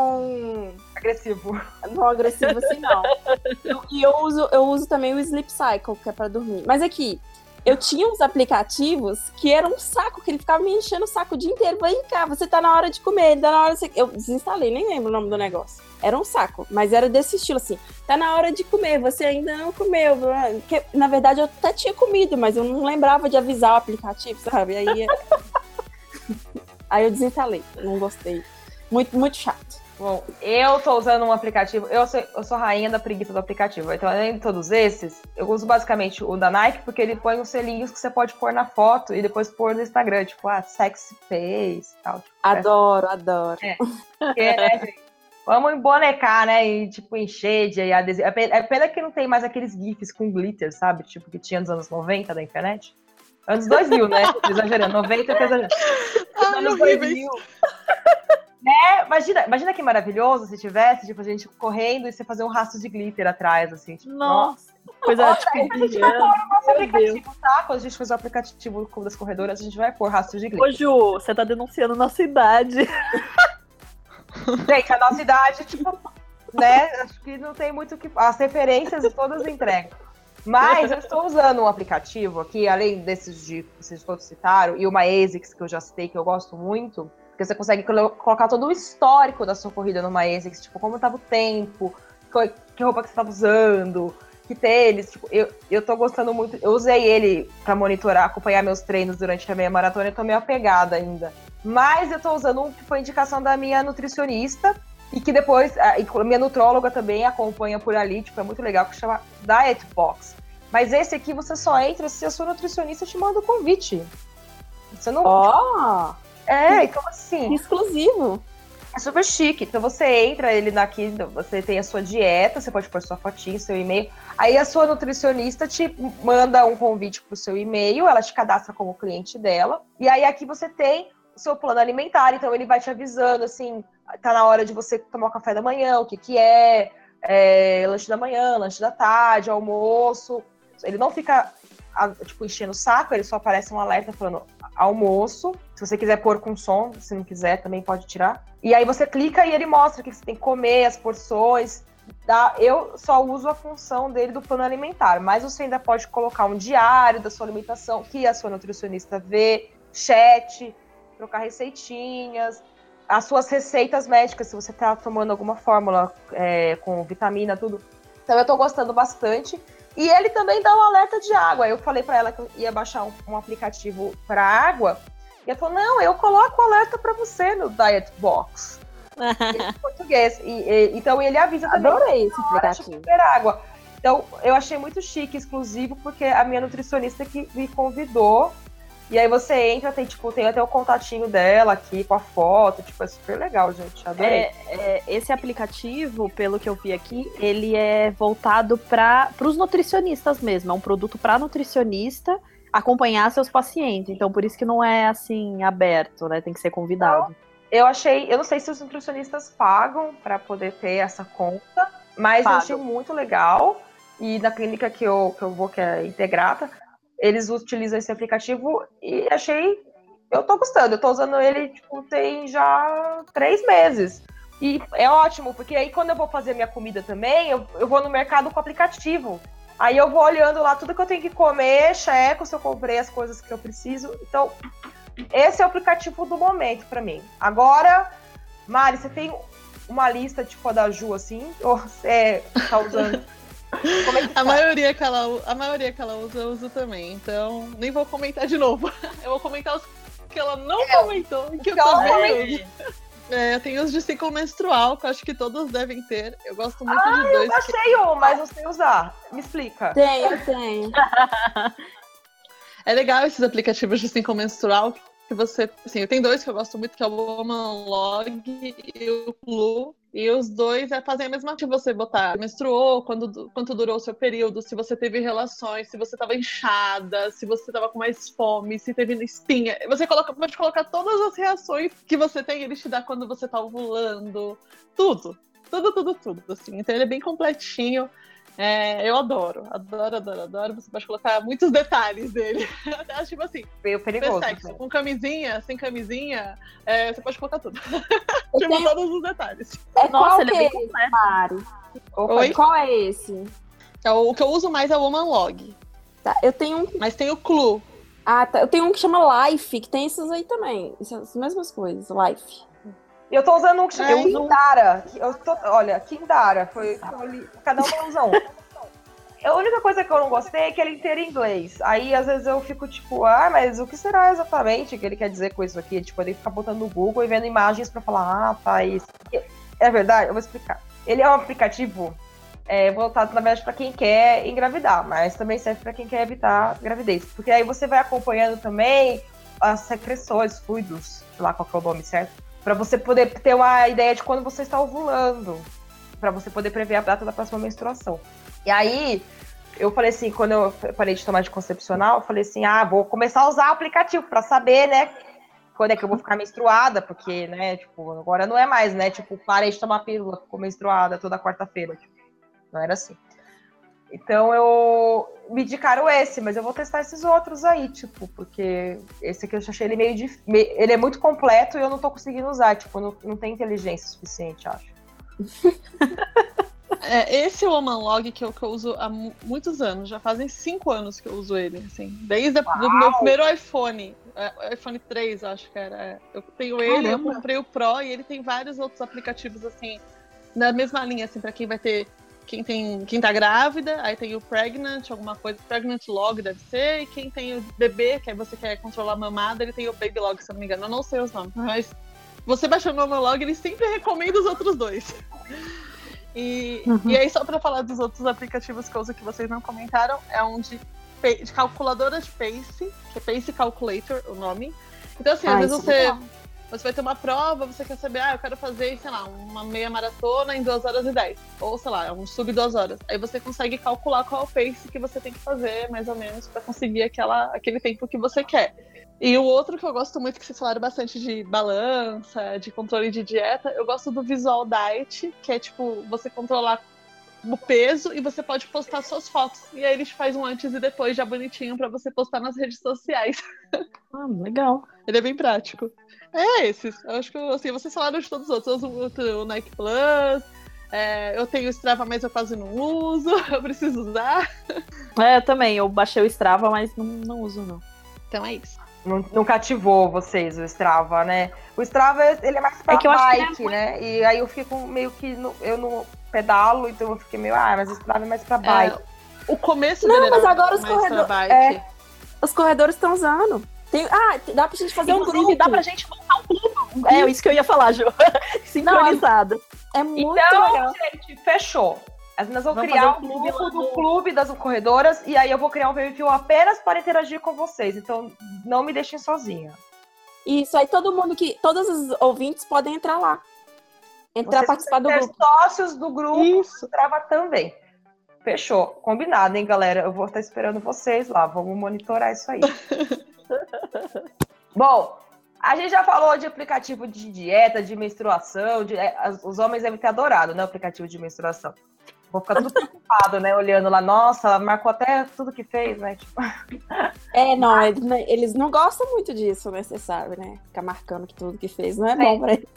tão Agressivo. não agressivo assim, não. Eu- E eu uso, eu uso também o Sleep Cycle, que é pra dormir. Mas aqui, eu tinha uns aplicativos que eram um saco, que ele ficava me enchendo o saco o dia inteiro. Vem cá, você tá na hora de comer, tá na hora de... Eu desinstalei, nem lembro o nome do negócio. Era um saco, mas era desse estilo, assim. Tá na hora de comer, você ainda não comeu. Que, na verdade, eu até tinha comido, mas eu não lembrava de avisar o aplicativo, sabe? Aí, aí eu desinstalei, não gostei. Muito, muito chato. Bom, eu tô usando um aplicativo, eu sou, eu sou rainha da preguiça do aplicativo, então além de todos esses, eu uso basicamente o da Nike, porque ele põe os selinhos que você pode pôr na foto e depois pôr no Instagram, tipo, ah, sexy face e tal. Tipo, Adoro, adoro. É, porque, né, gente, vamos embonecar, né, e tipo, encher de adesivo. É pena, é pena que não tem mais aqueles gifs com glitter, sabe, tipo, que tinha nos anos noventa da internet. Anos dois mil, né, tô exagerando, noventa eu tô exagerando. Ai, Anos horríveis. dois mil. É, imagina, imagina que maravilhoso se tivesse, tipo, a gente correndo e você fazer um rastro de glitter atrás, assim. Tipo, Nossa, coisa tipo a gente vai pôr o nosso aplicativo, tá? Quando a gente fazer o aplicativo das corredoras, a gente vai pôr rastro de glitter. Ô, Ju, você tá denunciando nossa idade. Gente, a nossa idade, tipo, né? Acho que não tem muito o que... As referências todas entregam. Mas eu estou usando um aplicativo aqui, além desses de que vocês todos citaram, e uma ASICS que eu já citei, que eu gosto muito, porque você consegue colo- colocar todo o histórico da sua corrida numa ASICS, tipo, como estava o tempo, que, que roupa que você estava usando, que tênis, tipo, eu, eu tô gostando muito, eu usei ele para monitorar, acompanhar meus treinos durante a meia maratona, eu tô meio apegada ainda. Mas eu tô usando um que foi indicação da minha nutricionista, e que depois, a minha nutróloga também acompanha por ali, tipo, é muito legal, que chama Diet Box. Mas esse aqui você só entra se a sua nutricionista te manda o convite. Você não... Ó, É, então assim, exclusivo. é super chique. Então você entra ele daqui, você tem a sua dieta, você pode pôr sua fotinha, seu e-mail. Aí a sua nutricionista te manda um convite pro seu e-mail, ela te cadastra como cliente dela. E aí aqui você tem o seu plano alimentar, então ele vai te avisando, assim, tá na hora de você tomar o café da manhã, o que que é, é lanche da manhã, lanche da tarde, almoço. Ele não fica, tipo, enchendo o saco, ele só aparece um alerta falando almoço. Se você quiser pôr com som, se não quiser, também pode tirar. E aí você clica e ele mostra o que você tem que comer, as porções. Tá? Eu só uso a função dele do plano alimentar, mas você ainda pode colocar um diário da sua alimentação, que a sua nutricionista vê, chat, trocar receitinhas, as suas receitas médicas, se você tá tomando alguma fórmula é, com vitamina, tudo. Então eu tô gostando bastante. E ele também dá um alerta de água. Eu falei pra ela que eu ia baixar um, um aplicativo para água. E ela falou, não, eu coloco o alerta pra você no Diet Box. Em português. E, e, então ele avisa também. Adorei esse na hora de aplicativo. beber água. Então eu achei muito chique, exclusivo, porque a minha nutricionista que me convidou. E aí você entra, tem, tipo, tem até o contatinho dela aqui com a foto. Tipo, é super legal, gente. Adorei. É, é, esse aplicativo, pelo que eu vi aqui, ele é voltado para os nutricionistas mesmo. É um produto para nutricionista acompanhar seus pacientes. Então, por isso que não é, assim, aberto, né? Tem que ser convidado. Eu achei, eu não sei se os nutricionistas pagam para poder ter essa conta, mas Pagam. eu achei muito legal. E na clínica que eu, que eu vou, que é Integrata, eles utilizam esse aplicativo e achei... Eu tô gostando, eu tô usando ele, tipo, tem já três meses. E é ótimo, porque aí quando eu vou fazer minha comida também, eu, eu vou no mercado com o aplicativo. Aí eu vou olhando lá tudo que eu tenho que comer, checo se eu comprei as coisas que eu preciso. Então, esse é o aplicativo do momento pra mim. Agora, Mari, você tem uma lista tipo a da Ju, assim? Ou você tá usando... Como é que A tá? maioria que ela, u- a maioria que ela usa, eu uso também. Então, nem vou comentar de novo. Eu vou comentar os que ela não comentou e que eu que ela também uso. É, eu tenho os de ciclo menstrual, que eu acho que todos devem ter. Eu gosto muito Ah, de eu dois. que- achei um, mas não sei usar. Me explica. Tenho, tenho. É legal esses aplicativos de ciclo menstrual, que você... Assim, tem dois que eu gosto muito, que é o Womanlog e o Clue. E os dois é fazer a mesma coisa, você botar menstruou, quando, quanto durou o seu período, se você teve relações, se você estava inchada, se você estava com mais fome, se teve espinha. Você coloca, pode colocar todas as reações que você tem, ele te dá quando você tá ovulando, tudo. Tudo, tudo, tudo. Assim. Então ele é bem completinho. É, eu adoro, adoro, adoro, adoro. Você pode colocar muitos detalhes dele. Até tipo assim, Meio perigoso. sexo, né? com camisinha, sem camisinha, é, você pode colocar tudo. Eu tipo, tenho- todos os detalhes. É Nossa, qual ele é que bem é esse, Mari? Opa, Oi? Qual é esse? É, o que eu uso mais é o Womanlog. Tá, eu tenho um. Mas tem o Clue. Ah, tá. Eu tenho um que chama Life, que tem esses aí também. Essas mesmas coisas, Life. Eu tô usando um que chama É, não- Kindara. que Eu tô, olha, Kindara. Foi, foi- cada um usa um. A única coisa que eu não gostei é que ele é inteiro em inglês. Aí, às vezes, eu fico tipo, ah, mas o que será exatamente que ele quer dizer com isso aqui? Tipo, ele fica botando no Google e vendo imagens pra falar, ah, tá, isso. é verdade, eu vou explicar. Ele é um aplicativo é, voltado, na verdade, para quem quer engravidar, mas também serve para quem quer evitar gravidez. Porque aí você vai acompanhando também as secreções, fluidos, sei lá qual que é o nome certo, para você poder ter uma ideia de quando você está ovulando, para você poder prever a data da próxima menstruação. E aí, eu falei assim, quando eu parei de tomar anticoncepcional, eu falei assim, ah, vou começar a usar o aplicativo para saber, né, quando é que eu vou ficar menstruada, porque, né, tipo, agora não é mais, né, tipo, parei de tomar pílula, ficou menstruada toda quarta-feira, tipo, não era assim. Então, eu me indicaram esse, mas eu vou testar esses outros aí, tipo, porque esse aqui eu achei ele meio difícil, ele é muito completo e eu não tô conseguindo usar, tipo, não, não tem inteligência suficiente, acho. É, esse é o Omanlog que eu, que eu uso há muitos anos, já fazem cinco anos que eu uso ele, assim, desde o meu primeiro iPhone, é, iPhone três, acho que era. Eu tenho ele, Caramba. Eu comprei o Pro e ele tem vários outros aplicativos, assim, na mesma linha, assim, pra quem vai ter, quem tem, quem tá grávida, aí tem o Pregnant, alguma coisa, Pregnant Log deve ser, e quem tem o bebê, que aí você quer controlar a mamada, ele tem o Baby Log, se eu não me engano, eu não sei os nomes, mas você baixando o Omanlog, ele sempre recomenda os outros dois. E, uhum. e aí, só pra falar dos outros aplicativos que eu uso que vocês não comentaram, é um de, de calculadora de Pace, que é Pace Calculator, o nome. Então, assim, ah, às vezes você, você vai ter uma prova, você quer saber, ah, eu quero fazer, sei lá, uma meia maratona em duas horas e dez. Ou, sei lá, um sub duas horas. Aí você consegue calcular qual é o pace que você tem que fazer, mais ou menos, pra conseguir aquela, aquele tempo que você quer. E o outro que eu gosto muito, que vocês falaram bastante de balança, de controle de dieta, eu gosto do Visual Diet, que é tipo, você controlar o peso e você pode postar suas fotos. E aí ele te faz um antes e depois já bonitinho pra você postar nas redes sociais. Ah, legal. Ele é bem prático. É esses. Eu acho que, assim, vocês falaram de todos os outros. Eu uso o Nike Plus, é, eu tenho o Strava, mas eu quase não uso. Eu preciso usar. É, eu também. Eu baixei o Strava, mas não, não uso, não. Então é isso. Não, não cativou vocês o Strava, né? O Strava, ele é mais pra é que eu bike, acho que é né? E aí eu fico meio que... No, eu não pedalo, então eu fiquei meio... Ah, mas o Strava é mais pra bike. É, o começo não, dele mas era agora os mais corredor... pra bike. É, os corredores estão usando. Tem... Ah, dá pra gente fazer Inclusive, um grupo. dá pra gente montar um grupo. É, isso que eu ia falar, Ju. Sincronizado. Não, é muito então, legal. gente, fechou. Nós vamos, vamos criar um um clube grupo do do... clube das corredoras e aí eu vou criar um perfil apenas para interagir com vocês. Então, não me deixem sozinha. Isso, aí todo mundo que... Todos os ouvintes podem entrar lá. Entrar, vocês participar do grupo. Sócios do grupo, isso. Strava também. Fechou. Combinado, hein, galera? Eu vou estar esperando vocês lá. Vamos monitorar isso aí. Bom, a gente já falou de aplicativo de dieta, de menstruação. De, é, os homens devem ter adorado, né? O aplicativo de menstruação. Vou ficar tudo preocupado, né? Olhando lá. Nossa, marcou até tudo que fez, né? Tipo... É, não, eles, eles não gostam muito disso, né? Você sabe, né? Ficar marcando que tudo que fez não é bom pra eles.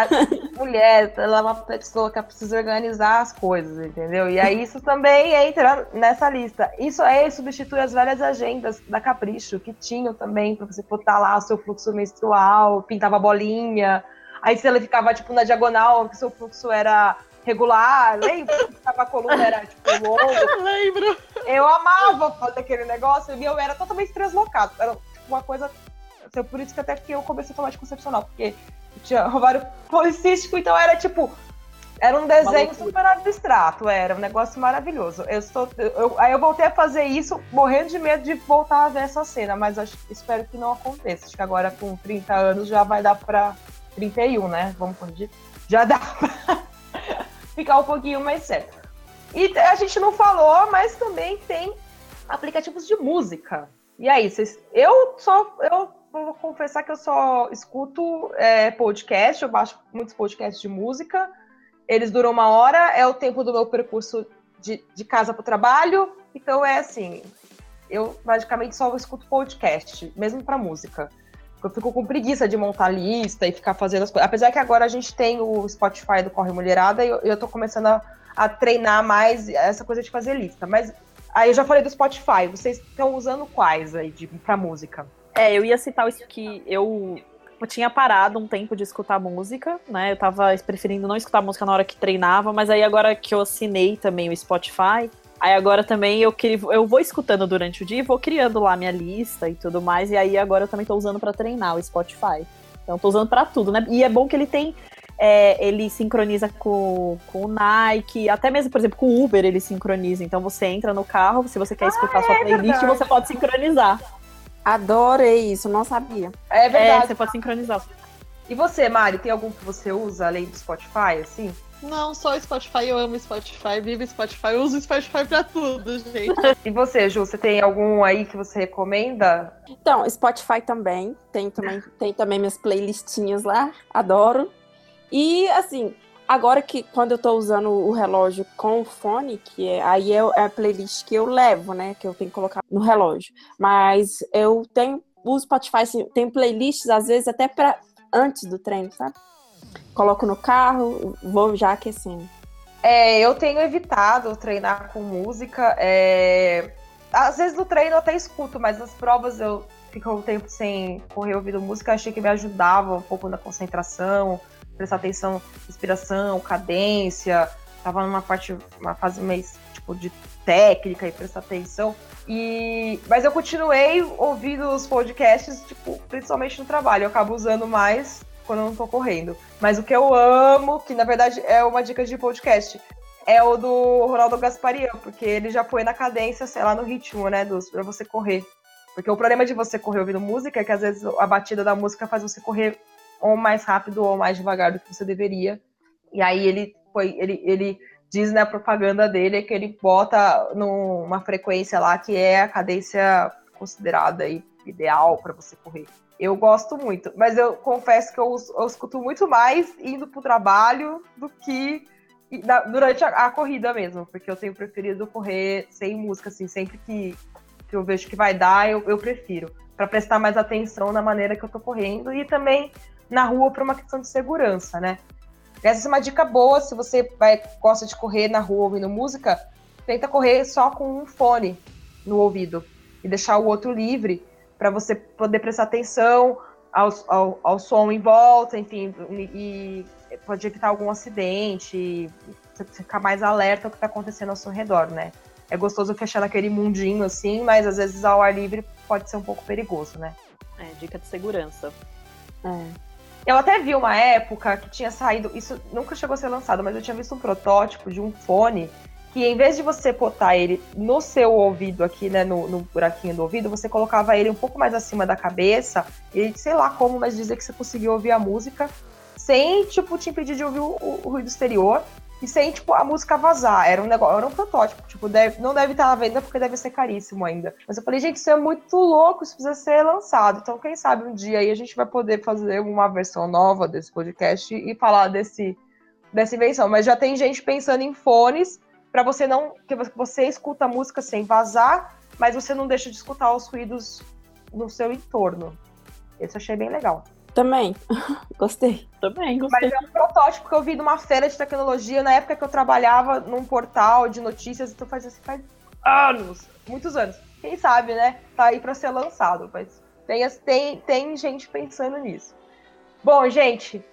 A mulher, ela é uma pessoa que precisa organizar as coisas, entendeu? E aí isso também entra nessa lista. Isso aí substitui as velhas agendas da Capricho, que tinham também, pra você botar lá o seu fluxo menstrual, pintava bolinha. Aí se ela ficava, tipo, na diagonal, que seu fluxo era regular, lembra? A coluna era, tipo, longa. Lembro. Eu amava fazer aquele negócio e eu era totalmente translocado. Era, tipo, uma coisa... Por isso que até que eu comecei a tomar anticoncepcional, porque tinha ovário policístico, então era tipo, era um desenho super abstrato, era um negócio maravilhoso. Eu estou, eu, aí eu voltei a fazer isso, morrendo de medo de voltar a ver essa cena, mas acho, espero que não aconteça. Acho que agora com trinta anos já vai dar pra trinta e um, né? Vamos corrigir. Já dá pra ficar um pouquinho mais sério. E a gente não falou, mas também tem aplicativos de música. E aí, vocês, eu só, eu vou confessar que eu só escuto é, podcast, eu baixo muitos podcasts de música, eles duram uma hora, é o tempo do meu percurso de, de casa para o trabalho, então é assim, eu basicamente só escuto podcast, mesmo para música. Eu fico com preguiça de montar lista e ficar fazendo as coisas, apesar que agora a gente tem o Spotify do Corre Mulherada e eu, eu tô começando a, a treinar mais essa coisa de fazer lista, mas aí eu já falei do Spotify, vocês estão usando quais aí de, pra música? É, eu ia citar isso que eu, eu tinha parado um tempo de escutar música, né? Eu tava preferindo não escutar música na hora que treinava, mas aí agora que eu assinei também o Spotify, aí agora também eu, queria, eu vou escutando durante o dia e vou criando lá minha lista e tudo mais, e aí agora eu também tô usando pra treinar o Spotify. Então tô usando pra tudo, né? E é bom que ele tem é, ele sincroniza com, com o Nike, até mesmo, por exemplo, com o Uber ele sincroniza. Então você entra no carro, se você quer escutar ah, sua é playlist, verdade. você pode sincronizar. Adorei isso, não sabia. É É, verdade. você pode sincronizar. E você, Mari, tem algum que você usa além do Spotify, assim? Não, só Spotify, eu amo Spotify, vivo Spotify, eu uso Spotify pra tudo, gente. E você, Ju, você tem algum aí que você recomenda? Então, Spotify também. Tem também, tem também minhas playlistinhas lá. Adoro. E, assim, agora que quando eu tô usando o relógio com o fone, que é, aí é a playlist que eu levo, né? Que eu tenho que colocar no relógio. Mas eu tenho o Spotify, assim, tem playlists, às vezes, até pra antes do treino, sabe? Coloco no carro, vou já aquecendo. É, eu tenho evitado treinar com música. É... Às vezes no treino eu até escuto, mas nas provas eu fico um tempo sem correr ouvindo música. Achei que me ajudava um pouco na concentração, prestar atenção, respiração, cadência. Tava numa parte, uma fase mais tipo de técnica e prestar atenção. E... Mas eu continuei ouvindo os podcasts, tipo, principalmente no trabalho. Eu acabo usando mais quando eu não tô correndo. Mas o que eu amo, que na verdade é uma dica de podcast, é o do Ronaldo Gasparian, porque ele já põe na cadência, sei lá, no ritmo, né, dos, pra você correr. Porque o problema de você correr ouvindo música é que às vezes a batida da música faz você correr ou mais rápido ou mais devagar do que você deveria. E aí ele, foi, ele, ele diz na propaganda dele que ele bota numa frequência lá que é a cadência considerada aí, ideal para você correr. Eu gosto muito, mas eu confesso que eu, eu escuto muito mais indo pro trabalho do que na, durante a, a corrida mesmo, porque eu tenho preferido correr sem música, assim, sempre que, que eu vejo que vai dar, eu, eu prefiro, para prestar mais atenção na maneira que eu tô correndo e também na rua por uma questão de segurança, né? Essa é uma dica boa, se você vai, gosta de correr na rua ouvindo música, tenta correr só com um fone no ouvido e deixar o outro livre, para você poder prestar atenção ao, ao, ao som em volta, enfim, e, e pode evitar algum acidente, e você ficar mais alerta ao que está acontecendo ao seu redor, né? É gostoso fechar naquele mundinho assim, mas às vezes ao ar livre pode ser um pouco perigoso, né? É, dica de segurança. É. Eu até vi uma época que tinha saído, isso nunca chegou a ser lançado, mas eu tinha visto um protótipo de um fone que em vez de você botar ele no seu ouvido aqui, né, no, no buraquinho do ouvido, você colocava ele um pouco mais acima da cabeça e sei lá como, mas dizer que você conseguia ouvir a música sem, tipo, te impedir de ouvir o, o, o ruído exterior e sem, tipo, a música vazar. Era um negócio, era um protótipo, tipo, deve, não deve estar à venda porque deve ser caríssimo ainda. Mas eu falei, gente, isso é muito louco, isso precisa ser lançado. Então, quem sabe um dia aí a gente vai poder fazer uma versão nova desse podcast e falar desse, dessa invenção. Mas já tem gente pensando em fones para você não, que você escuta a música sem vazar, mas você não deixa de escutar os ruídos no seu entorno. Esse eu achei bem legal. Também, gostei. Também, gostei. Mas é um protótipo que eu vi numa feira de tecnologia na época que eu trabalhava num portal de notícias, então faz assim, faz anos, muitos anos. Quem sabe, né? Tá aí para ser lançado, mas tem, tem, tem gente pensando nisso. Bom, gente,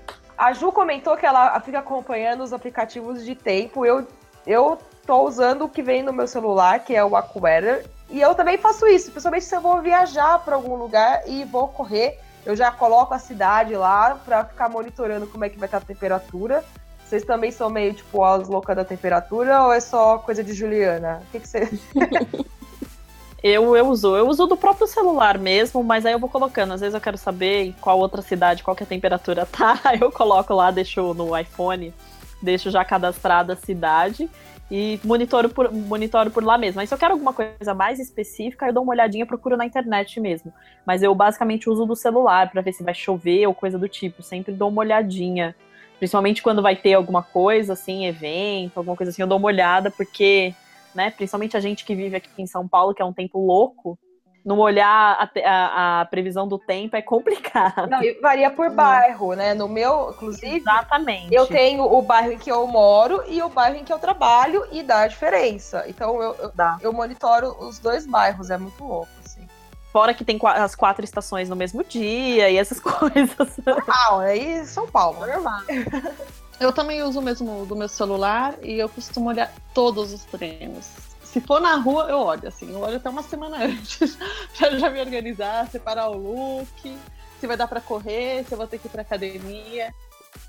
a Ju comentou que ela fica acompanhando os aplicativos de tempo. Eu Eu tô usando o que vem no meu celular, que é o AccuWeather, e eu também faço isso, principalmente se eu vou viajar para algum lugar e vou correr, eu já coloco a cidade lá para ficar monitorando como é que vai estar a temperatura. Vocês também são meio, tipo, as loucas da temperatura, ou é só coisa de Juliana? O que que você... Eu, eu uso, eu uso do próprio celular mesmo, mas aí eu vou colocando. Às vezes eu quero saber em qual outra cidade, qual que a temperatura tá, eu coloco lá, deixo no iPhone, deixo já cadastrada a cidade e monitoro por, monitoro por lá mesmo. Aí se eu quero alguma coisa mais específica, eu dou uma olhadinha, procuro na internet mesmo. Mas eu basicamente uso do celular para ver se vai chover ou coisa do tipo. Sempre dou uma olhadinha. Principalmente quando vai ter alguma coisa, assim, evento, alguma coisa assim, eu dou uma olhada, porque, né, principalmente a gente que vive aqui em São Paulo, que é um tempo louco, não olhar a, a, a previsão do tempo é complicado. Não, e varia por bairro, né? No meu, inclusive, Exatamente. eu tenho o bairro em que eu moro e o bairro em que eu trabalho e dá a diferença. Então eu, eu, Dá. eu monitoro os dois bairros, é muito louco, assim. Fora que tem as quatro estações no mesmo dia e essas coisas. Ah, aí São Paulo, normal. Eu também uso mesmo do meu celular e eu costumo olhar todos os treinos. Se for na rua, eu olho, assim, eu olho até uma semana antes, pra já me organizar, separar o look, se vai dar pra correr, se eu vou ter que ir pra academia.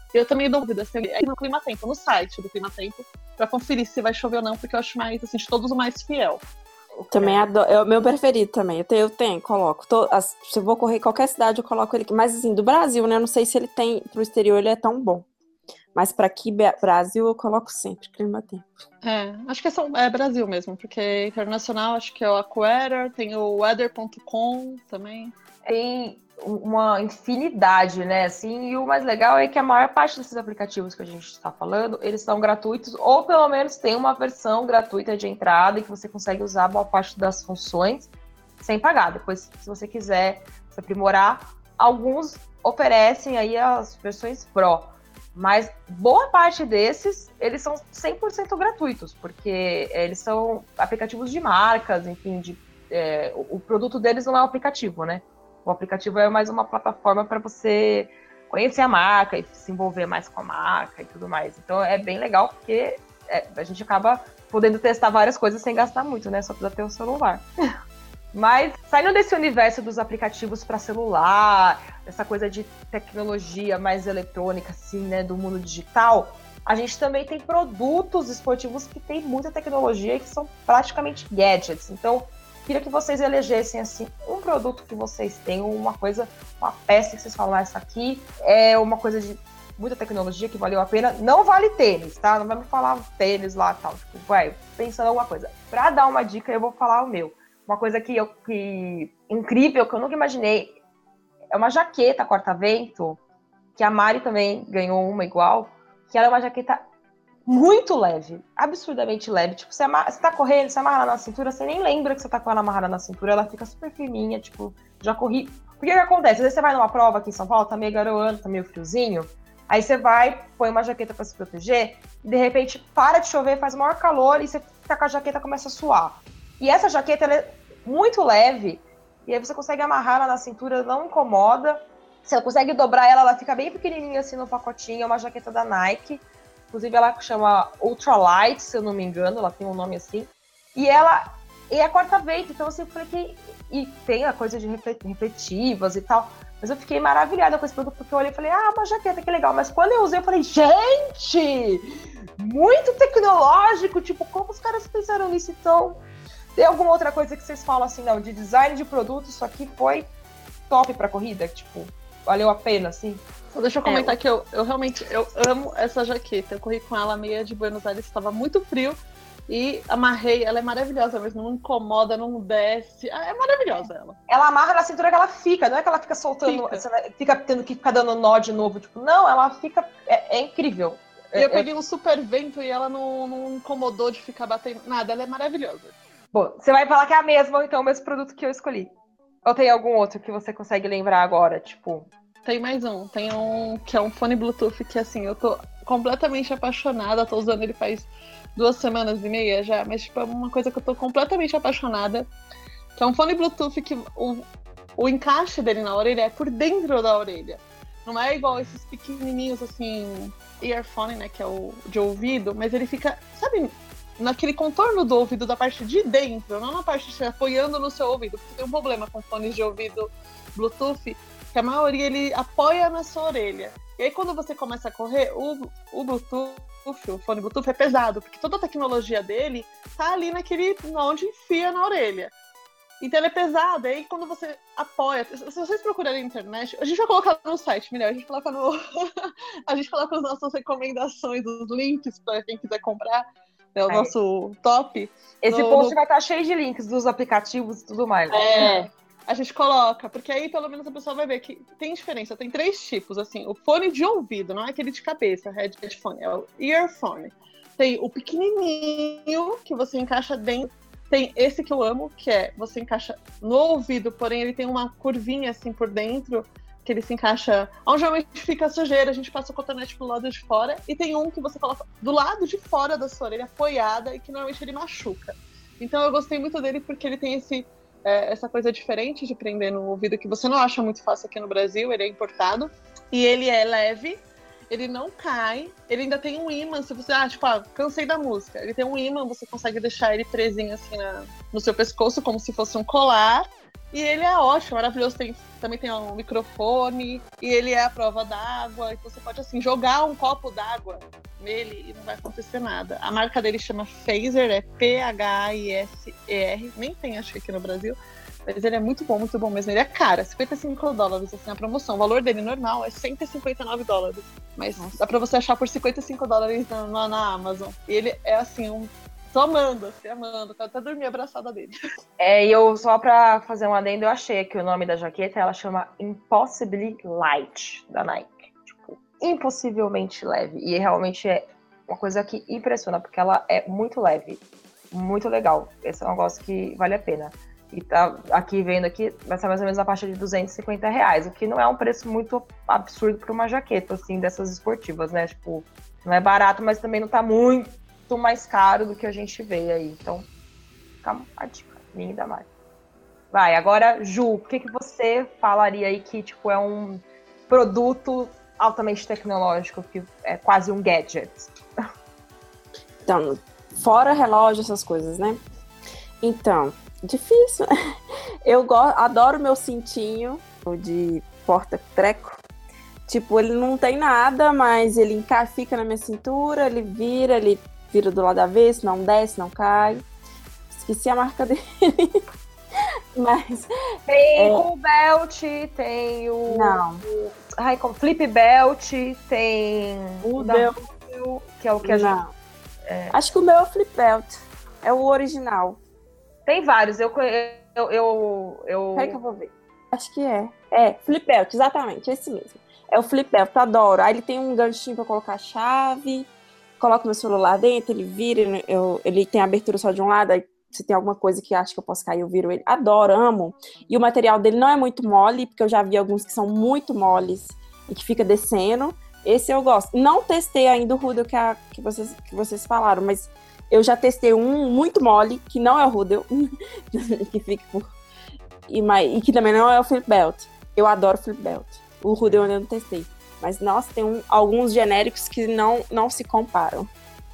Eu também dou dúvida, assim, aqui no Clima Tempo, no site do Clima Tempo, pra conferir se vai chover ou não, porque eu acho mais, assim, de todos o mais fiel. Também adoro. É o meu preferido também. Eu tenho, eu tenho coloco. Tô, as, se eu vou correr em qualquer cidade, eu coloco ele aqui. Mas assim, do Brasil, né? Eu não sei se ele tem. Pro exterior ele é tão bom. Mas pra aqui, Brasil, eu coloco sempre. Clima Tempo. É, acho que é, só, é Brasil mesmo, porque internacional acho que é o AccuWeather, tem o weather ponto com também. Tem uma infinidade, né? Assim, e o mais legal é que a maior parte desses aplicativos que a gente está falando, eles são gratuitos, ou pelo menos tem uma versão gratuita de entrada e que você consegue usar a boa parte das funções sem pagar. Depois, se você quiser se aprimorar, alguns oferecem aí as versões Pro, mas boa parte desses, eles são cem por cento gratuitos, porque eles são aplicativos de marcas, enfim, de, é, o produto deles não é um aplicativo, né? O aplicativo é mais uma plataforma para você conhecer a marca e se envolver mais com a marca e tudo mais. Então é bem legal porque é, a gente acaba podendo testar várias coisas sem gastar muito, né? Só precisa ter o celular. Mas saindo desse universo dos aplicativos para celular, essa coisa de tecnologia mais eletrônica, assim, né? Do mundo digital, a gente também tem produtos esportivos que tem muita tecnologia e que são praticamente gadgets. Então, queria que vocês elegessem, assim, um produto que vocês têm, uma coisa, uma peça que vocês falam, ah, essa aqui é uma coisa de muita tecnologia que valeu a pena. Não vale tênis, tá? Não vai me falar tênis lá e tal. Tipo, vai, pensando em alguma coisa. Pra dar uma dica, eu vou falar o meu. Uma coisa que eu, que, incrível, que eu nunca imaginei, é uma jaqueta corta-vento, que a Mari também ganhou uma igual, que ela é uma jaqueta muito leve, absurdamente leve. Tipo, você, amarra, você tá correndo, você amarra ela na cintura, você nem lembra que você tá com ela amarrada na cintura, ela fica super fininha, tipo, já corri. Porque o que acontece? Às vezes você vai numa prova aqui em São Paulo, tá meio garoando, tá meio friozinho, aí você vai, põe uma jaqueta pra se proteger, e de repente para de chover, faz o maior calor, e você fica com a jaqueta e começa a suar. E essa jaqueta, ela é muito leve, e aí você consegue amarrar ela na cintura, não incomoda. Você consegue dobrar ela, ela fica bem pequenininha assim no pacotinho, é uma jaqueta da Nike. Inclusive, ela chama Ultralight, se eu não me engano, ela tem um nome assim. E ela e é corta-vento, então assim, eu falei que... E tem a coisa de refletivas e tal. Mas eu fiquei maravilhada com esse produto, porque eu olhei e falei, ah, uma jaqueta, que legal. Mas quando eu usei, eu falei, gente! Muito tecnológico! Tipo, como os caras pensaram nisso? Então, tem alguma outra coisa que vocês falam assim, não, de design de produto, isso aqui foi top pra corrida? Tipo, valeu a pena, assim? Só deixa eu comentar é, eu... que eu, eu realmente eu amo essa jaqueta. Eu corri com ela meia de Buenos Aires, estava muito frio e amarrei. Ela é maravilhosa mesmo, não incomoda, não desce. É maravilhosa ela. Ela amarra na cintura que ela fica, não é que ela fica soltando, fica, você fica tendo que ficar dando nó de novo. Tipo, não, ela fica. É, é incrível. E eu peguei um super vento e ela não, não incomodou de ficar batendo nada. Ela é maravilhosa. Bom, você vai falar que é a mesma, ou então o mesmo produto que eu escolhi. Ou tem algum outro que você consegue lembrar agora, tipo... Tem mais um, tem um que é um fone Bluetooth que, assim, eu tô completamente apaixonada, tô usando ele faz duas semanas e meia já, mas, tipo, é uma coisa que eu tô completamente apaixonada, que é um fone Bluetooth que o, o encaixe dele na orelha é por dentro da orelha. Não é igual esses pequenininhos, assim, earphone, né, que é o de ouvido, mas ele fica, sabe... naquele contorno do ouvido da parte de dentro, não na parte de você apoiando no seu ouvido, porque tem um problema com fones de ouvido Bluetooth, que a maioria ele apoia na sua orelha. E aí quando você começa a correr, o, o Bluetooth, o fone Bluetooth é pesado, porque toda a tecnologia dele tá ali naquele, onde enfia na orelha. Então ele é pesado, e aí quando você apoia, se vocês procurarem na internet, a gente vai colocar no site, melhor, a gente coloca no... a gente coloca as nossas recomendações, os links para quem quiser comprar. É o é. nosso top. Esse no, post no... vai estar cheio de links dos aplicativos e tudo mais. É, a gente coloca, porque aí pelo menos a pessoa vai ver que tem diferença. Tem três tipos, assim, o fone de ouvido, não é aquele de cabeça, headphone, é o earphone. Tem o pequenininho, que você encaixa dentro. Tem esse que eu amo, que é, você encaixa no ouvido, porém ele tem uma curvinha assim por dentro, que ele se encaixa onde realmente fica a sujeira, a gente passa o cotonete pro lado de fora, e tem um que você coloca do lado de fora da sua orelha, apoiada, e que normalmente ele machuca. Então eu gostei muito dele porque ele tem esse, é, essa coisa diferente de prender no ouvido, que você não acha muito fácil aqui no Brasil, ele é importado, e ele é leve, ele não cai, ele ainda tem um ímã, se você, ah, tipo, ah, cansei da música, ele tem um ímã, você consegue deixar ele presinho assim na, no seu pescoço, como se fosse um colar, E ele é ótimo, maravilhoso. Tem, também tem um microfone. E ele é a prova d'água. Então você pode, assim, jogar um copo d'água nele e não vai acontecer nada. A marca dele chama Phaser, é P H I S E R. Nem tem, acho que aqui no Brasil. Mas ele é muito bom, muito bom mesmo. Ele é caro, é cinquenta e cinco dólares, assim, a promoção. O valor dele normal é cento e cinquenta e nove dólares. Mas Nossa. Dá pra você achar por cinquenta e cinco dólares na, na, na Amazon. E ele é, assim, um... Tô amando, assim, amando. Quero até dormir abraçada dele. É, e eu, só pra fazer um adendo, eu achei que o nome da jaqueta, ela chama Impossibly Light, da Nike. Tipo, impossivelmente leve. E realmente é uma coisa que impressiona, porque ela é muito leve. Muito legal. Esse é um negócio que vale a pena. E tá aqui vendo aqui, vai ser mais ou menos a faixa de duzentos e cinquenta reais, o que não é um preço muito absurdo para uma jaqueta, assim, dessas esportivas, né? Tipo, não é barato, mas também não tá muito mais caro do que a gente vê aí. Então, fica a dica, minha da Mari. Vai, agora, Ju, o que, que você falaria aí que, tipo, é um produto altamente tecnológico, que é quase um gadget? Então, fora relógio, essas coisas, né? Então... Difícil. Eu go- adoro meu cintinho de porta-treco. Tipo, ele não tem nada, mas ele enca- fica na minha cintura, ele vira, ele vira do lado avesso, não desce, não cai. Esqueci a marca dele. Mas. Tem é... o belt, tem o. Não. o ai, como flip belt, tem O da meu. Rubio, que é o que a Não. gente. É... Acho que o meu é o flip belt. É o original. Tem vários, eu. eu, eu, eu... Peraí que eu vou ver. Acho que é. É, flip belt, exatamente, esse mesmo. É o flip belt, eu adoro. Aí ele tem um ganchinho pra colocar a chave, coloco meu celular dentro, ele vira, eu, ele tem abertura só de um lado, aí se tem alguma coisa que acha que eu posso cair, eu viro ele. Adoro, amo. E o material dele não é muito mole, porque eu já vi alguns que são muito moles e que fica descendo. Esse eu gosto. Não testei ainda o Rudel que, a, que, vocês, que vocês falaram, mas eu já testei um muito mole, que não é o Rudel, que fica por... E, e que também não é o flip belt. Eu adoro flip belt. O Rudel eu ainda não testei. Mas, nossa, tem um, alguns genéricos que não, não se comparam.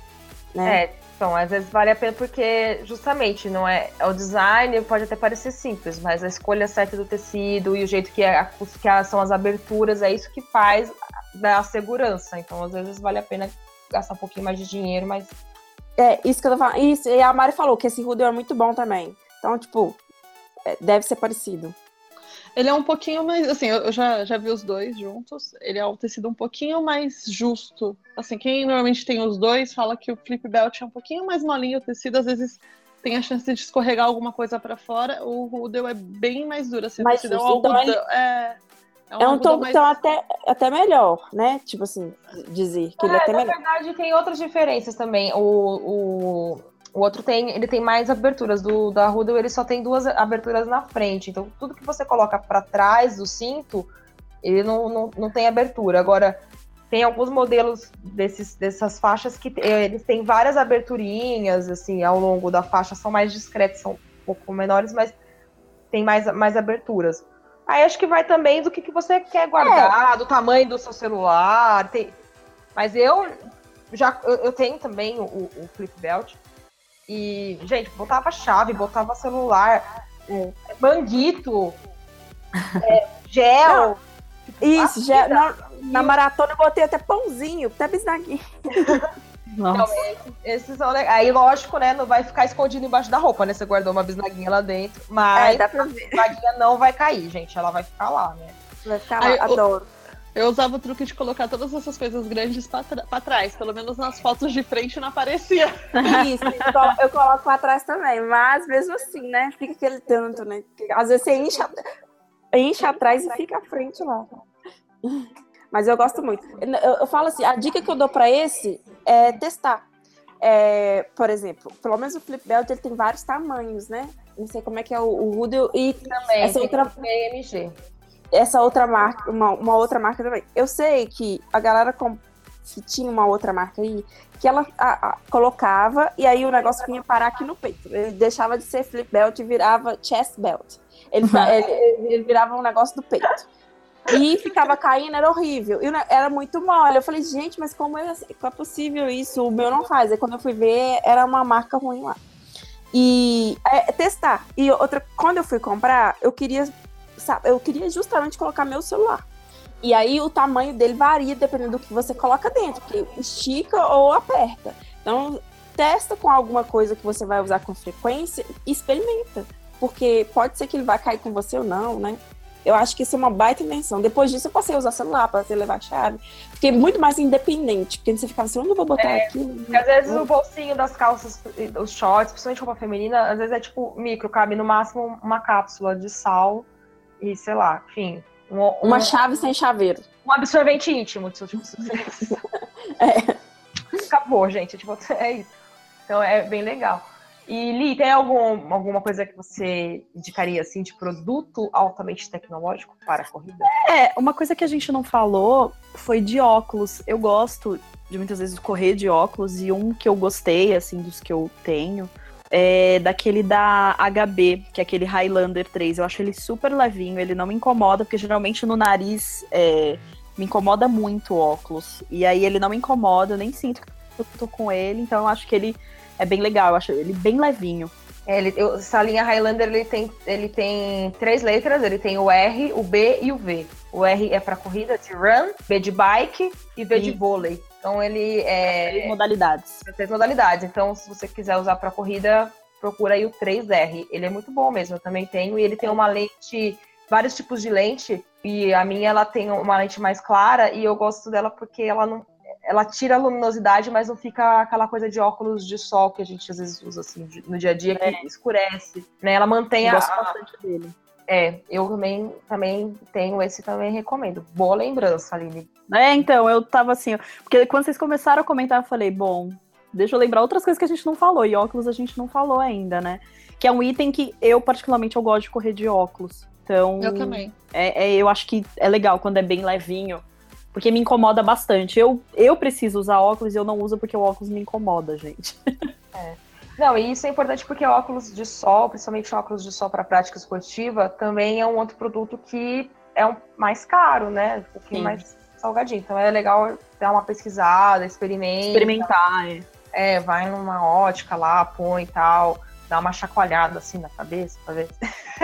Né? É, então, às vezes vale a pena porque, justamente, não é, o design pode até parecer simples, mas a escolha certa do tecido e o jeito que, é, que são as aberturas, é isso que faz da segurança. Então, às vezes vale a pena gastar um pouquinho mais de dinheiro, mas... É, isso que eu tô falando. Isso, e a Mari falou que esse Rudel é muito bom também. Então, tipo, deve ser parecido. Ele é um pouquinho mais, assim, eu já, já vi os dois juntos. Ele é um tecido um pouquinho mais justo. Assim, quem normalmente tem os dois fala que o flip belt é um pouquinho mais molinho o tecido, às vezes tem a chance de escorregar alguma coisa pra fora. O Rudel é bem mais duro, assim, mais o tecido justo, é um algodão, então ele... é, é um, é um tom mais... então, até, até melhor, né? Tipo assim, dizer que ele é até na melhor. Na verdade, tem outras diferenças também. O, o, o outro tem, ele tem mais aberturas. Do da Rudel, ele só tem duas aberturas na frente. Então, tudo que você coloca para trás do cinto, ele não, não, não tem abertura. Agora, tem alguns modelos desses, dessas faixas que eles têm várias aberturinhas, assim, ao longo da faixa. São mais discretas, são um pouco menores, mas tem mais, mais aberturas. Aí acho que vai também do que, que você quer guardar, é. do tamanho do seu celular. Tem... Mas eu já eu, eu tenho também o, o flip belt. E, gente, botava chave, botava celular, é, manguito, é, gel. Tipo, isso, gel. Na, na maratona eu botei até pãozinho, até bisnaguinha. Então, esses, esses são legais. Aí, lógico, né, não vai ficar escondido embaixo da roupa, né? Você guardou uma bisnaguinha lá dentro, mas é, dá pra ver. A bisnaguinha não vai cair, gente. Ela vai ficar lá, né? Vai ficar lá, Aí, adoro. Eu, eu usava o truque de colocar todas essas coisas grandes pra, pra trás. Pelo menos nas fotos de frente não aparecia. Isso, eu coloco pra trás também. Mas mesmo assim, né? Fica aquele tanto, né? Às vezes você incha, incha atrás e fica à frente lá. Mas eu gosto muito. Eu, eu falo assim, a dica que eu dou pra esse é testar. É, por exemplo, pelo menos o flip belt ele tem vários tamanhos, né? Não sei como é que é o, o Rudel e também, essa outra B M G. Essa outra marca, uma, uma outra marca também. Eu sei que a galera com, que tinha uma outra marca aí, que ela a, a, colocava e aí o negócio vinha parar aqui no peito. Ele deixava de ser flip belt e virava chest belt. Ele, ele, ele virava um negócio do peito. E ficava caindo, era horrível. E era muito mole. Eu falei, gente, mas como é, como é possível isso? O meu não faz. Aí quando eu fui ver, era uma marca ruim lá. E é, testar. E outra, quando eu fui comprar, eu queria, sabe, eu queria justamente colocar meu celular. E aí o tamanho dele varia dependendo do que você coloca dentro, porque estica ou aperta. Então, testa com alguma coisa que você vai usar com frequência e experimenta. Porque pode ser que ele vá cair com você ou não, né? Eu acho que isso é uma baita invenção. Depois disso, eu passei a usar celular, passei a levar a chave. Fiquei muito mais independente, porque você ficava assim, onde eu vou botar É, aqui? Porque às vezes o bolsinho das calças, os shorts, principalmente roupa feminina, às vezes é tipo micro, cabe no máximo uma cápsula de sal e, sei lá, enfim. Um, um, Uma chave sem chaveiro. um absorvente íntimo. Tipo, É. Acabou, gente. Tipo, é isso. Então é bem legal. E, Li, tem algum, alguma coisa que você indicaria, assim, de produto altamente tecnológico para a corrida? É, uma coisa que a gente não falou foi de óculos. Eu gosto de muitas vezes correr de óculos, e um que eu gostei, assim, dos que eu tenho, é daquele da H B, que é aquele Highlander três. Eu acho ele super levinho, ele não me incomoda, porque geralmente no nariz é, me incomoda muito o óculos. E aí ele não me incomoda, eu nem sinto que eu tô com ele, então eu acho que ele é bem legal, eu acho ele bem levinho. É, ele, eu, essa linha Highlander, ele tem, ele tem três letras, ele tem o R, o B e o V. O R é para corrida, de run, B de bike e V de vôlei. Então ele é... Três modalidades. Três modalidades. Então, se você quiser usar para corrida, procura aí o três R. Ele é muito bom mesmo, eu também tenho. E ele tem uma lente, vários tipos de lente. E a minha, ela tem uma lente mais clara. E eu gosto dela porque ela não... Ela tira a luminosidade, mas não fica aquela coisa de óculos de sol que a gente às vezes usa assim no dia a dia, que é. escurece, né? Ela mantém eu a... gosto bastante dele. É, eu também, também tenho esse, também recomendo. Boa lembrança, Aline. É, então, eu tava assim, porque quando vocês começaram a comentar, eu falei, bom, deixa eu lembrar outras coisas que a gente não falou, e óculos a gente não falou ainda, né? Que é um item que eu, particularmente, eu gosto de correr de óculos. Então, Eu também. É, é, eu acho que é legal quando é bem levinho, porque me incomoda bastante. Eu, eu preciso usar óculos e eu não uso porque o óculos me incomoda, gente. É. Não, e isso é importante porque óculos de sol, principalmente óculos de sol para prática esportiva, também é um outro produto que é um mais caro, né? Um pouquinho Sim. mais salgadinho. Então é legal dar uma pesquisada, experimenta. Experimentar, é. É, vai numa ótica lá, põe e tal, dá uma chacoalhada assim na cabeça pra ver.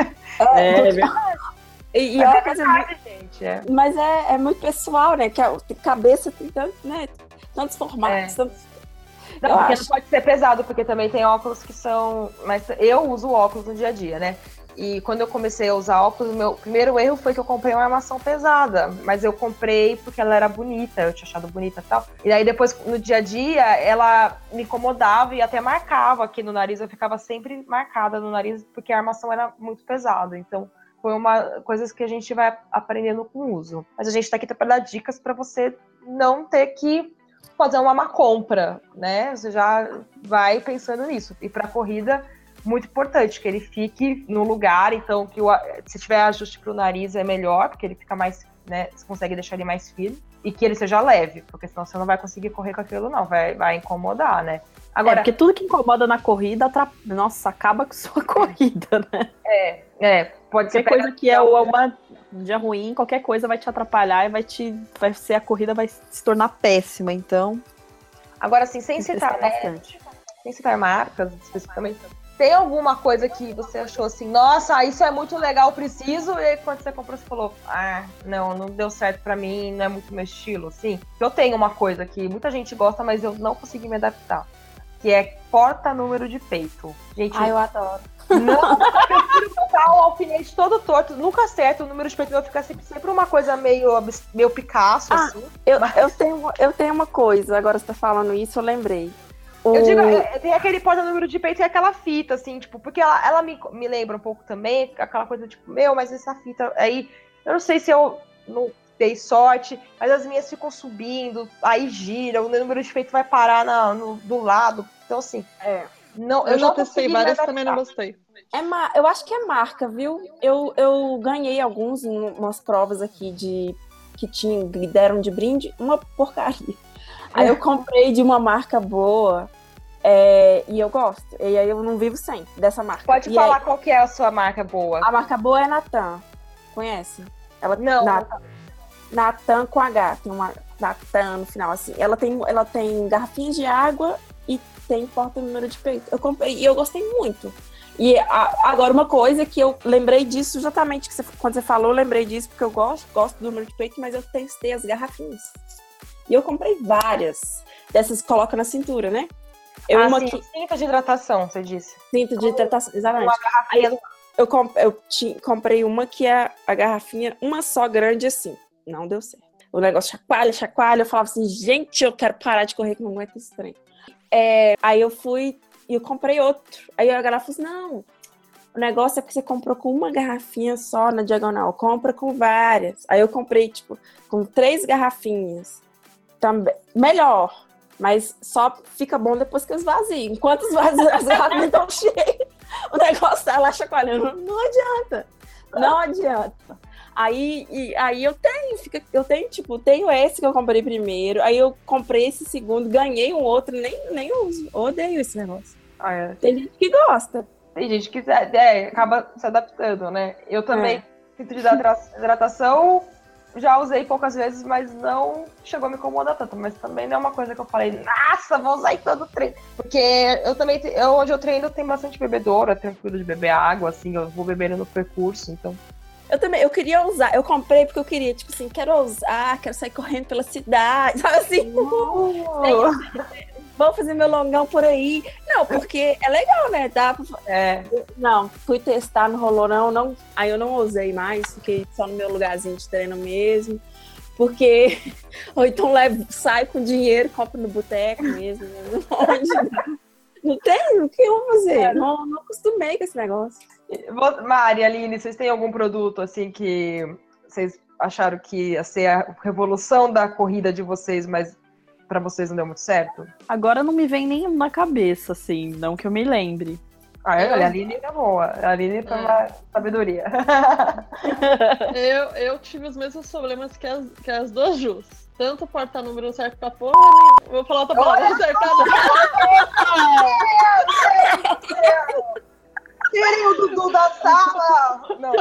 É, é verdade. E, e É é uma coisa muito, verdade, gente. É. mas é, é muito pessoal, né? Que a cabeça tem tanto, né? Tantos formatos, É. tantos... Não, Eu porque acho. não pode ser pesado, porque também tem óculos que são. Mas eu uso óculos no dia a dia, né? E quando eu comecei a usar óculos, meu primeiro erro foi que eu comprei uma armação pesada. Mas eu comprei porque ela era bonita, eu tinha achado bonita e tal. E aí depois, no dia a dia, ela me incomodava e até marcava aqui no nariz. Eu ficava sempre marcada no nariz, porque a armação era muito pesada. Então, foi uma coisa que a gente vai aprendendo com o uso. Mas a gente tá aqui para dar dicas para você não ter que fazer uma má compra, né? Você já vai pensando nisso. E para corrida, muito importante que ele fique no lugar, então que o, se tiver ajuste para o nariz é melhor, porque ele fica mais, né? Você consegue deixar ele mais firme e que ele seja leve, porque senão você não vai conseguir correr com aquilo, não, vai, vai incomodar, né? Agora, é, porque tudo que incomoda na corrida, atrap... nossa, acaba com sua corrida, né? É, é, pode ser coisa que é uma um dia ruim, qualquer coisa vai te atrapalhar e vai te vai ser a corrida vai se tornar péssima, então. Agora assim, sem citar, né, sem citar marcas especificamente, tem alguma coisa que você achou assim, nossa, isso é muito legal, preciso, e aí, quando você comprou, você falou, ah, não, não deu certo pra mim, não é muito meu estilo, assim? Eu tenho uma coisa que muita gente gosta, mas eu não consegui me adaptar, que é porta-número de peito. Gente, Ai, eu adoro. Não, eu prefiro botar o alfinete todo torto, nunca acerto, o número de peito vai ficar sempre, sempre uma coisa meio, meio Picasso, Ah, assim. Eu, mas... eu, tenho, eu tenho uma coisa, agora você tá falando isso, eu lembrei. O... Eu digo, tem aquele porta-número de peito e aquela fita, assim, tipo, porque ela, ela me, me lembra um pouco também, aquela coisa, tipo, meu, mas essa fita, aí, eu não sei se eu não dei sorte, mas as minhas ficam subindo, aí gira, o número de peito vai parar na, no, do lado, então, assim, é. Não, eu, eu já não testei várias e também não gostei. É mar... Eu acho que é marca, viu? Eu, eu ganhei alguns em umas provas aqui de que tinham, me deram de brinde, uma porcaria. Aí eu comprei de uma marca boa é, e eu gosto. E aí eu não vivo sem dessa marca. Pode e falar aí, qual que é a sua marca boa. A marca boa é Natan. Conhece? Ela, não. Natan, Natan com H. Tem uma Natan no final, assim. Ela tem, ela tem garrafinhas de água e tem porta-número de peito. Eu comprei e eu gostei muito. E a, agora, uma coisa que eu lembrei disso exatamente, que você, quando você falou, eu lembrei disso, porque eu gosto, gosto do número de peito, mas eu testei as garrafinhas. E eu comprei várias dessas que coloca na cintura, né? Eu ah, uma sim, que... cinto de hidratação, você disse. Cinto de hidratação, exatamente. Aí eu, eu, comp, eu ti, comprei uma que é a garrafinha, uma só grande assim. Não deu certo. O negócio chacoalha, chacoalha. Eu falava assim, gente, eu quero parar de correr, que não aguento esse trem. É, aí eu fui e eu comprei outro. Aí a galera falou assim, não, o negócio é porque você comprou com uma garrafinha só na diagonal. Compra com várias. Aí eu comprei, tipo, com três garrafinhas. Também, melhor. Mas só fica bom depois que eu esvazio. Enquanto esvazio, as garrafas estão cheias, o negócio tá lá chacoalhando. Não adianta. Não adianta. Aí, e, aí eu tenho, fica, eu tenho, tipo, tenho esse que eu comprei primeiro. Aí eu comprei esse segundo, ganhei um outro, nem, nem uso. Eu odeio esse negócio. Ah, é. Tem gente que gosta. Tem gente que é, acaba se adaptando, né? Eu também, É. cinto de hidratação, já usei poucas vezes, mas não chegou a me incomodar tanto. Mas também não é uma coisa que eu falei, nossa, vou usar em todo treino. Porque eu também, eu, onde eu treino, tem bastante bebedoura, tranquilo de beber água, assim, eu vou bebendo no percurso, então... Eu também, eu queria usar, eu comprei porque eu queria, tipo assim, quero usar, quero sair correndo pela cidade, sabe assim? Uh. Vou fazer meu longão por aí. Não, porque é legal, né? Dá pra... É. Não, fui testar, não rolou não, não. Aí eu não usei mais, fiquei só no meu lugarzinho de treino mesmo. Porque, ou então levo, saio com dinheiro, compro no boteco mesmo. Né? Não tem, o que eu vou fazer? É. Não, não acostumei com esse negócio. Mari, Aline, vocês têm algum produto assim que vocês acharam que ia ser a revolução da corrida de vocês, mas pra vocês não deu muito certo? Agora não me vem nem na cabeça, assim, não que eu me lembre. Ah, é? Olha, a Aline tá boa. A Aline tá uma sabedoria. eu, eu tive os mesmos problemas que as, que as duas Jus. Tanto o porta-número não serve pra porra, nem... Vou falar outra palavra, não serve pra nada. Tirem o Dudu da sala! Não.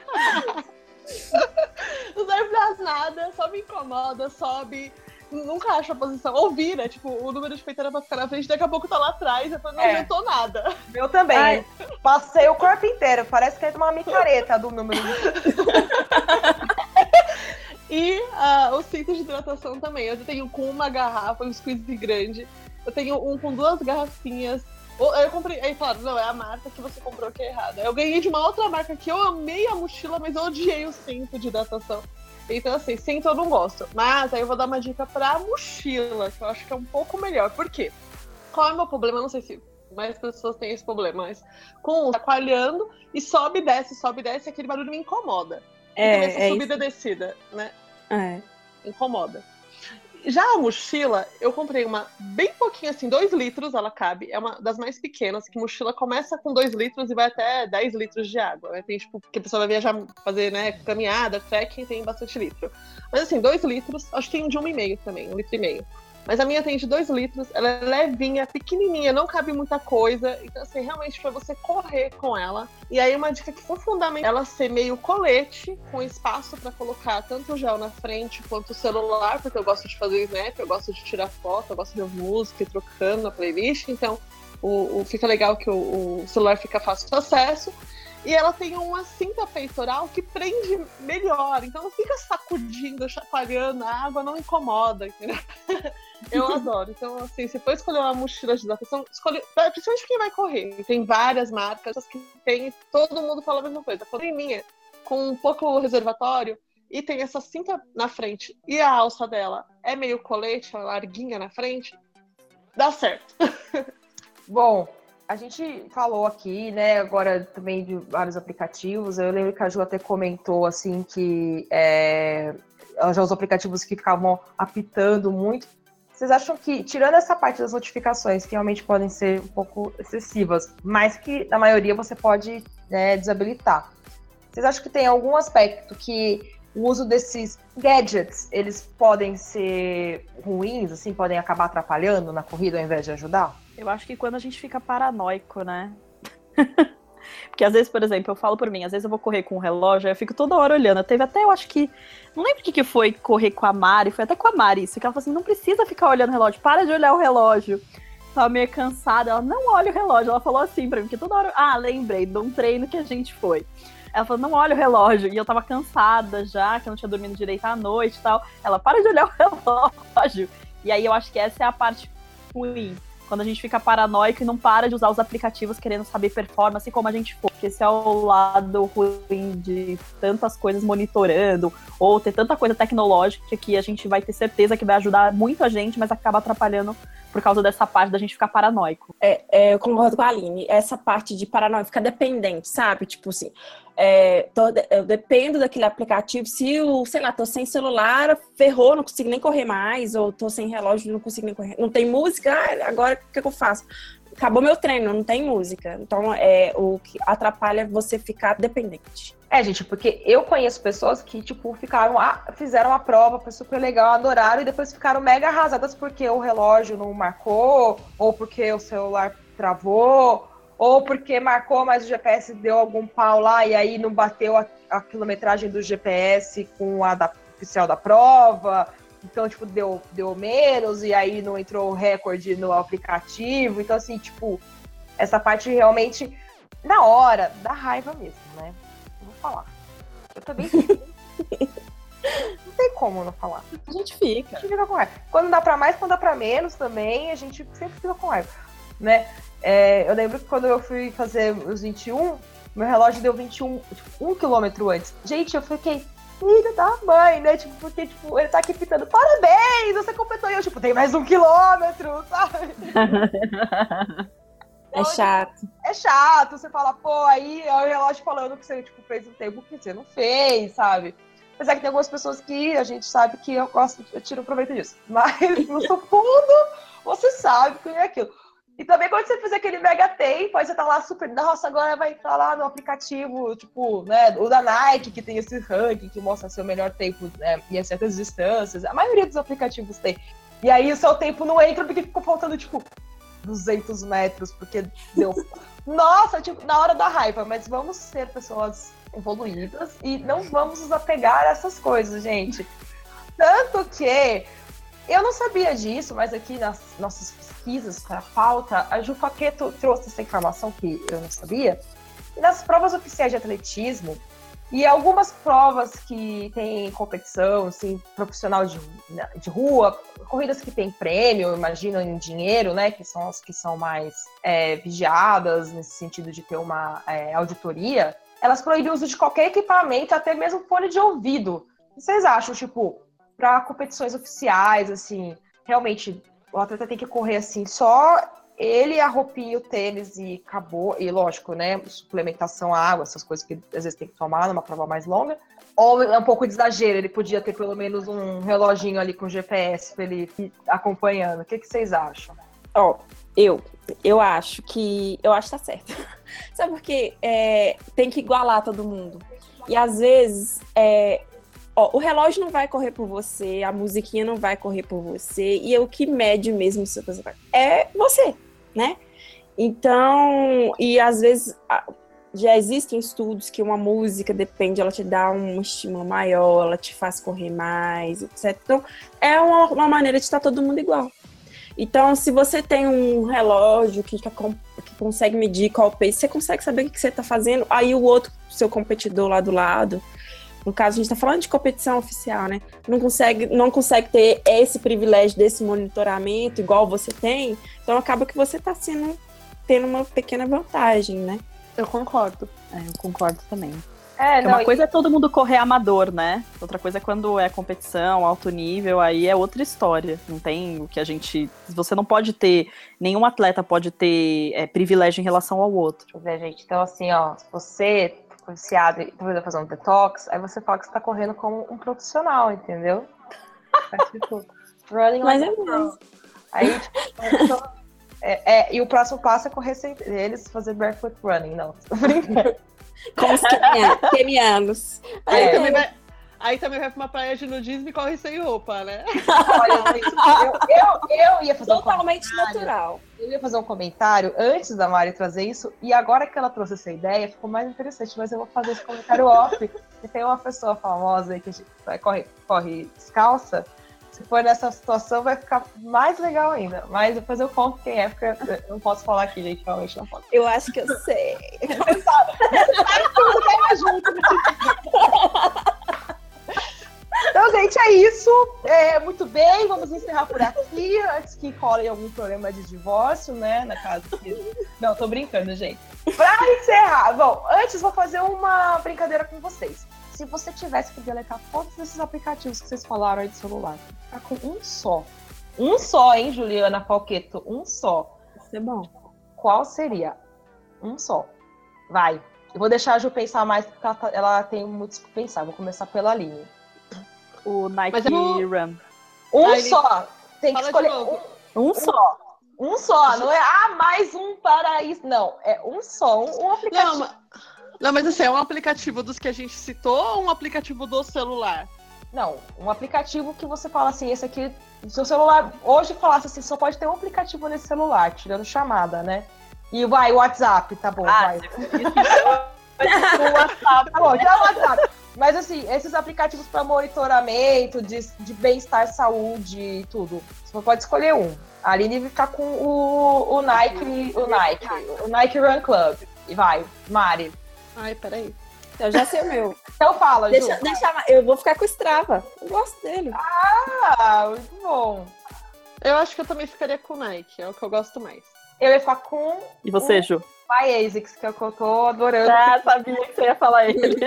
Não serve pra nada, só me incomoda, sobe, nunca acho a posição. Ou vira, tipo, o número de peito era pra ficar na frente, daqui a pouco tá lá atrás, depois não é. adiantou nada. Eu também. Ai. Passei o corpo inteiro, parece que é uma micareta do número de E uh, o cinto de hidratação também. Eu tenho com uma garrafa, um squeeze grande. Eu tenho um com duas garrafinhas. Eu comprei, aí falaram, não, é a marca que você comprou que é errada. Eu ganhei de uma outra marca que eu amei a mochila, mas eu odiei o cinto de hidratação. Então, assim, cinto eu não gosto. Mas aí eu vou dar uma dica pra mochila, que eu acho que é um pouco melhor. Por quê? Qual é o meu problema? Eu não sei se mais pessoas têm esse problema, mas com chacoalhando e sobe e desce, sobe e desce, aquele barulho me incomoda. É, e essa é subida e isso. descida, né? É. Incomoda. Já a mochila, eu comprei uma bem pouquinho, assim, dois litros ela cabe. É uma das mais pequenas, que mochila começa com dois litros e vai até dez litros de água. Tem, tipo, porque a pessoa vai viajar, fazer, né, caminhada, trekking, tem bastante litro. Mas, assim, dois litros, acho que tem de um e meio também, um litro e meio. Mas a minha tem de dois litros, ela é levinha, pequenininha, não cabe muita coisa. Então, assim, realmente pra você correr com ela. E aí, uma dica que foi fundamental, ela ser meio colete, com espaço pra colocar tanto o gel na frente quanto o celular, porque eu gosto de fazer snap, eu gosto de tirar foto, eu gosto de ouvir música e trocando na playlist. Então, o, o, fica legal que o, o celular fica fácil de acesso. E ela tem uma cinta peitoral que prende melhor. Então não fica sacudindo, chacoalhando, a água não incomoda, entendeu? Eu adoro. Então, assim, se for escolher uma mochila de hidratação, escolhe, principalmente quem vai correr. Tem várias marcas que tem, todo mundo fala a mesma coisa. Falei minha, com um pouco reservatório, e tem essa cinta na frente, e a alça dela é meio colete, larguinha na frente, dá certo. Bom, a gente falou aqui, né, agora também de vários aplicativos. Eu lembro que a Ju até comentou, assim, que é, ela já usou aplicativos que ficavam apitando muito. Vocês acham que, tirando essa parte das notificações, que realmente podem ser um pouco excessivas, mas que, na maioria, você pode, né, desabilitar, vocês acham que tem algum aspecto que o uso desses gadgets, eles podem ser ruins, assim, podem acabar atrapalhando na corrida ao invés de ajudar? Eu acho que quando a gente fica paranoico, né? Porque às vezes, por exemplo, eu falo por mim, às vezes eu vou correr com um relógio, aí eu fico toda hora olhando. Teve até, eu acho que, não lembro o que, que foi correr com a Mari, foi até com a Mari isso, que ela falou assim, não precisa ficar olhando o relógio, para de olhar o relógio. tava meio cansada. Ela, não olha o relógio. Ela falou assim pra mim, que toda hora... Ah, lembrei de um treino que a gente foi. Ela falou, não olha o relógio. E eu tava cansada já, que eu não tinha dormido direito à noite e tal. Ela, para de olhar o relógio. E aí eu acho que essa é a parte ruim. Quando a gente fica paranoico e não para de usar os aplicativos querendo saber performance como a gente for. Porque esse é o lado ruim de tantas coisas monitorando ou ter tanta coisa tecnológica que a gente vai ter certeza que vai ajudar muito a gente, mas acaba atrapalhando por causa dessa parte da gente ficar paranoico. É, é, eu concordo com a Aline. Essa parte de paranoia fica dependente, sabe? Tipo assim, é, tô, eu dependo daquele aplicativo. Se eu, sei lá, tô sem celular, ferrou, não consigo nem correr mais, ou tô sem relógio, não consigo nem correr. Não tem música, ah, agora o que, que eu faço? Acabou meu treino, não tem música. Então, é, o que atrapalha é você ficar dependente. É, gente, porque eu conheço pessoas que, tipo, ficaram, ah, fizeram a prova, foi super legal, adoraram, e depois ficaram mega arrasadas porque o relógio não marcou, ou porque o celular travou, ou porque marcou, mas o G P S deu algum pau lá, e aí não bateu a, a quilometragem do G P S com a da, oficial da prova, então, tipo, deu, deu menos, e aí não entrou o recorde no aplicativo, então, assim, tipo, essa parte realmente, na hora, dá raiva mesmo, né? Vou falar. Eu também fico. Não tem como não falar. A gente fica. A gente fica com raiva. Quando dá pra mais, quando dá pra menos também, a gente sempre fica com raiva, né? É, eu lembro que quando eu fui fazer os vinte e um, meu relógio deu vinte e um, tipo, um quilômetro antes. Gente, eu fiquei, filha da mãe, né? Tipo, porque, tipo, ele tá aqui pitando, parabéns, você completou. E eu, tipo, tem mais um quilômetro, sabe? É chato. É chato, você fala, pô, aí é o relógio falando que você, tipo, fez um tempo que você não fez, sabe? Apesar que tem algumas pessoas que a gente sabe que eu gosto, eu tiro proveito disso. Mas no seu fundo, você sabe que é aquilo. E também quando você fizer aquele mega tempo, aí você tá lá super, nossa, agora vai entrar lá no aplicativo, tipo, né, o da Nike, que tem esse ranking, que mostra seu melhor tempo, né, em certas distâncias. A maioria dos aplicativos tem. E aí o seu tempo não entra porque ficou faltando, tipo, duzentos metros, porque deu... Nossa, tipo, na hora da raiva, mas vamos ser pessoas evoluídas e não vamos nos apegar a essas coisas, gente. Tanto que eu não sabia disso, mas aqui nas nossas pesquisas para a pauta, a Ju Paquetto trouxe essa informação que eu não sabia. E nas provas oficiais de atletismo, e algumas provas que tem competição, assim, profissional de, de rua, corridas que tem prêmio, imagino, em dinheiro, né, que são as que são mais é, vigiadas, nesse sentido de ter uma é, auditoria, elas proíbem o uso de qualquer equipamento, até mesmo fone de ouvido. O que vocês acham, tipo, para competições oficiais, assim, realmente, o atleta tem que correr, assim, só... ele, a roupinha, o tênis e acabou. E lógico, né? Suplementação, água, essas coisas que às vezes tem que tomar numa prova mais longa. Ou é um pouco de exagero, ele podia ter pelo menos um reloginho ali com G P S pra ele ir acompanhando. O que, que vocês acham? Ó, oh, eu, eu acho que... Eu acho que tá certo. Sabe por quê? É, tem que igualar todo mundo. E às vezes... É, ó, o relógio não vai correr por você, a musiquinha não vai correr por você. E o que mede mesmo se você vai... é você. Né? Então, e às vezes já existem estudos que uma música, depende, ela te dá um estímulo maior, ela te faz correr mais, etcétera. Então, é uma, uma maneira de estar todo mundo igual. Então, se você tem um relógio que, que, que consegue medir qual o pace, você consegue saber o que você está fazendo, aí o outro, seu competidor lá do lado, no caso, a gente está falando de competição oficial, né? Não consegue, não consegue ter esse privilégio desse monitoramento igual você tem, então acaba que você está sendo, tendo uma pequena vantagem, né? Eu concordo. É, eu concordo também. É, não, uma coisa e... é todo mundo correr amador, né? Outra coisa é quando é competição, alto nível, aí é outra história. Não tem o que a gente... Você não pode ter... Nenhum atleta pode ter é, privilégio em relação ao outro. Pois é, gente. Então, assim, ó, se você... viciado e talvez vai fazer um detox, aí você fala que você tá correndo como um profissional, entendeu? Faz tipo, running Mas like é mesmo. Aí, tipo, é, é, e o próximo passo é correr sem eles, fazer barefoot running, não, tô brincando. Como os kenianos. Aí, É. também vai, aí também vai pra uma praia de nudismo e corre sem roupa, né? Olha, gente, eu, eu, eu ia fazer um Totalmente comentário. natural. Eu ia fazer um comentário antes da Mari trazer isso, e agora que ela trouxe essa ideia, ficou mais interessante, mas eu vou fazer esse comentário off, que tem uma pessoa famosa aí que a gente vai, corre, corre descalça, Se for nessa situação, vai ficar mais legal ainda. Mas depois eu conto quem é, porque eu não posso falar aqui, gente. Realmente não posso. Eu acho que eu sei. Então, gente, é isso. É, muito bem, vamos encerrar por aqui. Antes que role algum problema de divórcio, né? Na casa que... Não, tô brincando, gente. Pra encerrar, bom, antes vou fazer uma brincadeira com vocês. Se você tivesse que deletar todos esses aplicativos que vocês falaram aí de celular, ficar com um só. Um só, hein, Juliana Falqueto? Um só. Isso é bom. Qual seria? Um só. Vai. Eu vou deixar a Ju pensar mais, porque ela, tá- ela tem muito que pensar. Vou começar pela linha. O Nike Mas eu vou- Run. Um Ah, ele- só. Tem que Fala de escolher novo. um, Um só. um só. Não é, ah, mais um para isso. Não, é um só. Um, um aplicativo. Não, mas, não, mas assim, é um aplicativo dos que a gente citou ou um aplicativo do celular? Não, um aplicativo que você fala assim, esse aqui, o seu celular, hoje falasse assim, só pode ter um aplicativo nesse celular, tirando chamada, né? E vai, o WhatsApp, tá bom, Ah, vai. O WhatsApp. Tá bom, tira o WhatsApp. Mas assim, esses aplicativos para monitoramento, de, de bem-estar, saúde e tudo, você pode escolher um. A Aline vai ficar com o, o Nike, o Nike, o Nike Run Club. E vai, Mari. Ai, peraí. Eu já sei o meu. Então fala, Ju. Deixa, deixa, eu vou ficar com o Strava. Eu gosto dele. Ah, muito bom. Eu acho que eu também ficaria com o Nike, é o que eu gosto mais. Eu ia ficar com E você, Ju? My ASICS, que é o que eu tô adorando. Ah, sabia que você ia falar ele.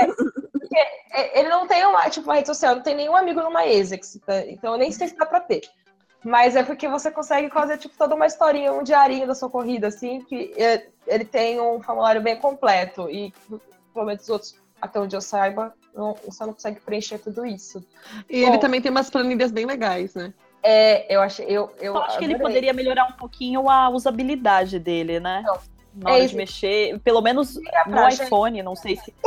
É, ele não tem uma, tipo, uma rede social, não tem nenhum amigo no My ASICS, tá? Então eu nem sei se dá pra ter. Mas é porque você consegue fazer, tipo, toda uma historinha, um diarinho da sua corrida, assim, que é, ele tem um formulário bem completo. E, pelo menos, os outros, até onde eu saiba, não, você não consegue preencher tudo isso. E Bom. ele também tem umas planilhas bem legais, né? É, eu achei, eu, eu Eu acho que ele adorei. poderia melhorar um pouquinho a usabilidade dele, né? Não. Na hora É de isso. mexer, pelo menos Liga no pra gente. iPhone, não sei se.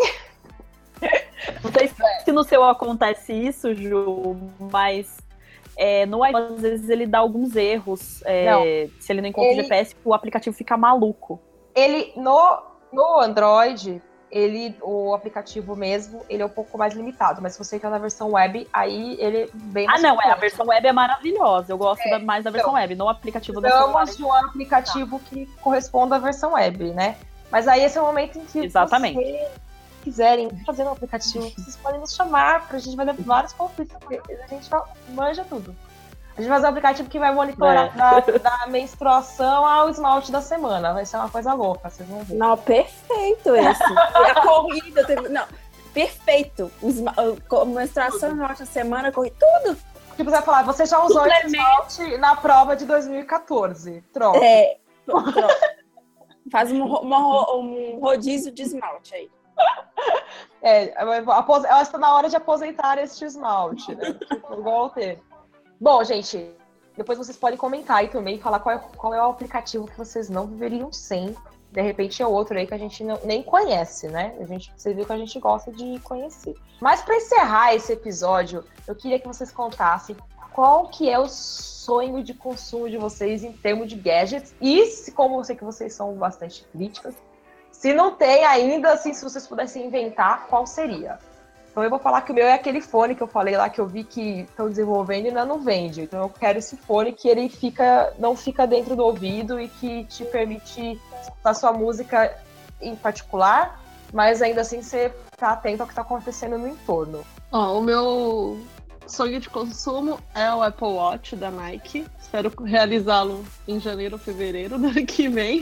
Não sei se, se no seu acontece isso, Ju, mas é, no iPhone, às vezes ele dá alguns erros. é, se ele não encontra Ele- o G P S, o aplicativo fica maluco. Ele, no, no Android, ele, o aplicativo mesmo, ele é um pouco mais limitado. Mas se você entrar na versão web, aí ele é bem Ah, mais não, é, a completo. versão web é maravilhosa. Eu gosto da- mais da versão então, web. No aplicativo da celular. Precisamos de um aplicativo que corresponda à versão web, né? Mas aí esse é o momento em que Exatamente. vocês quiserem fazer um aplicativo, vocês podem nos chamar, pra gente fazer vários conflitos, porque a gente manja tudo. A gente vai fazer um aplicativo que vai monitorar da, da menstruação ao esmalte da semana. Vai ser uma coisa louca, vocês vão ver. Não, perfeito esse. E a corrida teve. Não, perfeito. Os, a menstruação na outra semana, corri tudo. Tipo, você vai falar, você já usou esse esmalte na prova de dois mil e quatorze. Troca. É, pronto. Faz um, ro- uma ro- um rodízio de esmalte aí. É, apos- ela está na hora de aposentar este esmalte, né? Tipo, igual o ter. Bom, gente, depois vocês podem comentar aí também, falar qual é, qual é o aplicativo que vocês não viveriam sem. De repente é outro aí que a gente não, nem conhece, né? A gente, você viu que a gente gosta de conhecer. Mas para encerrar esse episódio, eu queria que vocês contassem qual que é o sonho de consumo de vocês em termos de gadgets. E, se, como eu sei que vocês são bastante críticas, se não tem ainda, assim, se vocês pudessem inventar, qual seria? Então eu vou falar que o meu é aquele fone que eu falei lá, que eu vi que estão desenvolvendo e ainda não vende. Então eu quero esse fone que ele fica, não fica dentro do ouvido e que te permite escutar sua música em particular, mas ainda assim você tá atento ao que está acontecendo no entorno. Ó, o meu sonho de consumo é o Apple Watch da Nike. Espero realizá-lo em janeiro ou fevereiro do ano que vem.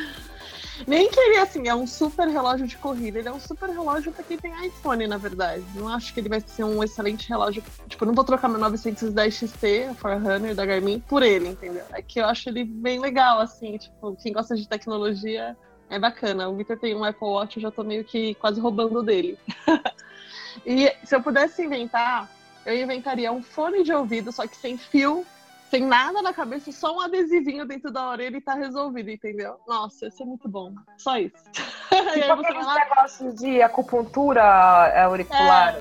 Nem que ele, assim, é um super relógio de corrida. Ele é um super relógio pra quem tem iPhone, na verdade. Não acho que ele vai ser um excelente relógio. Tipo, eu não vou trocar meu novecentos e dez X T, a Forerunner da Garmin, por ele, entendeu? É que eu acho ele bem legal, assim. Tipo, quem gosta de tecnologia é bacana. O Victor tem um Apple Watch, eu já tô meio que quase roubando dele. E se eu pudesse inventar, eu inventaria um fone de ouvido, só que sem fio, sem nada na cabeça, só um adesivinho dentro da orelha e tá resolvido, entendeu? Nossa, isso é muito bom. Só isso. E aí Tipo você vai aqueles lá, negócios de acupuntura é, auricular. é,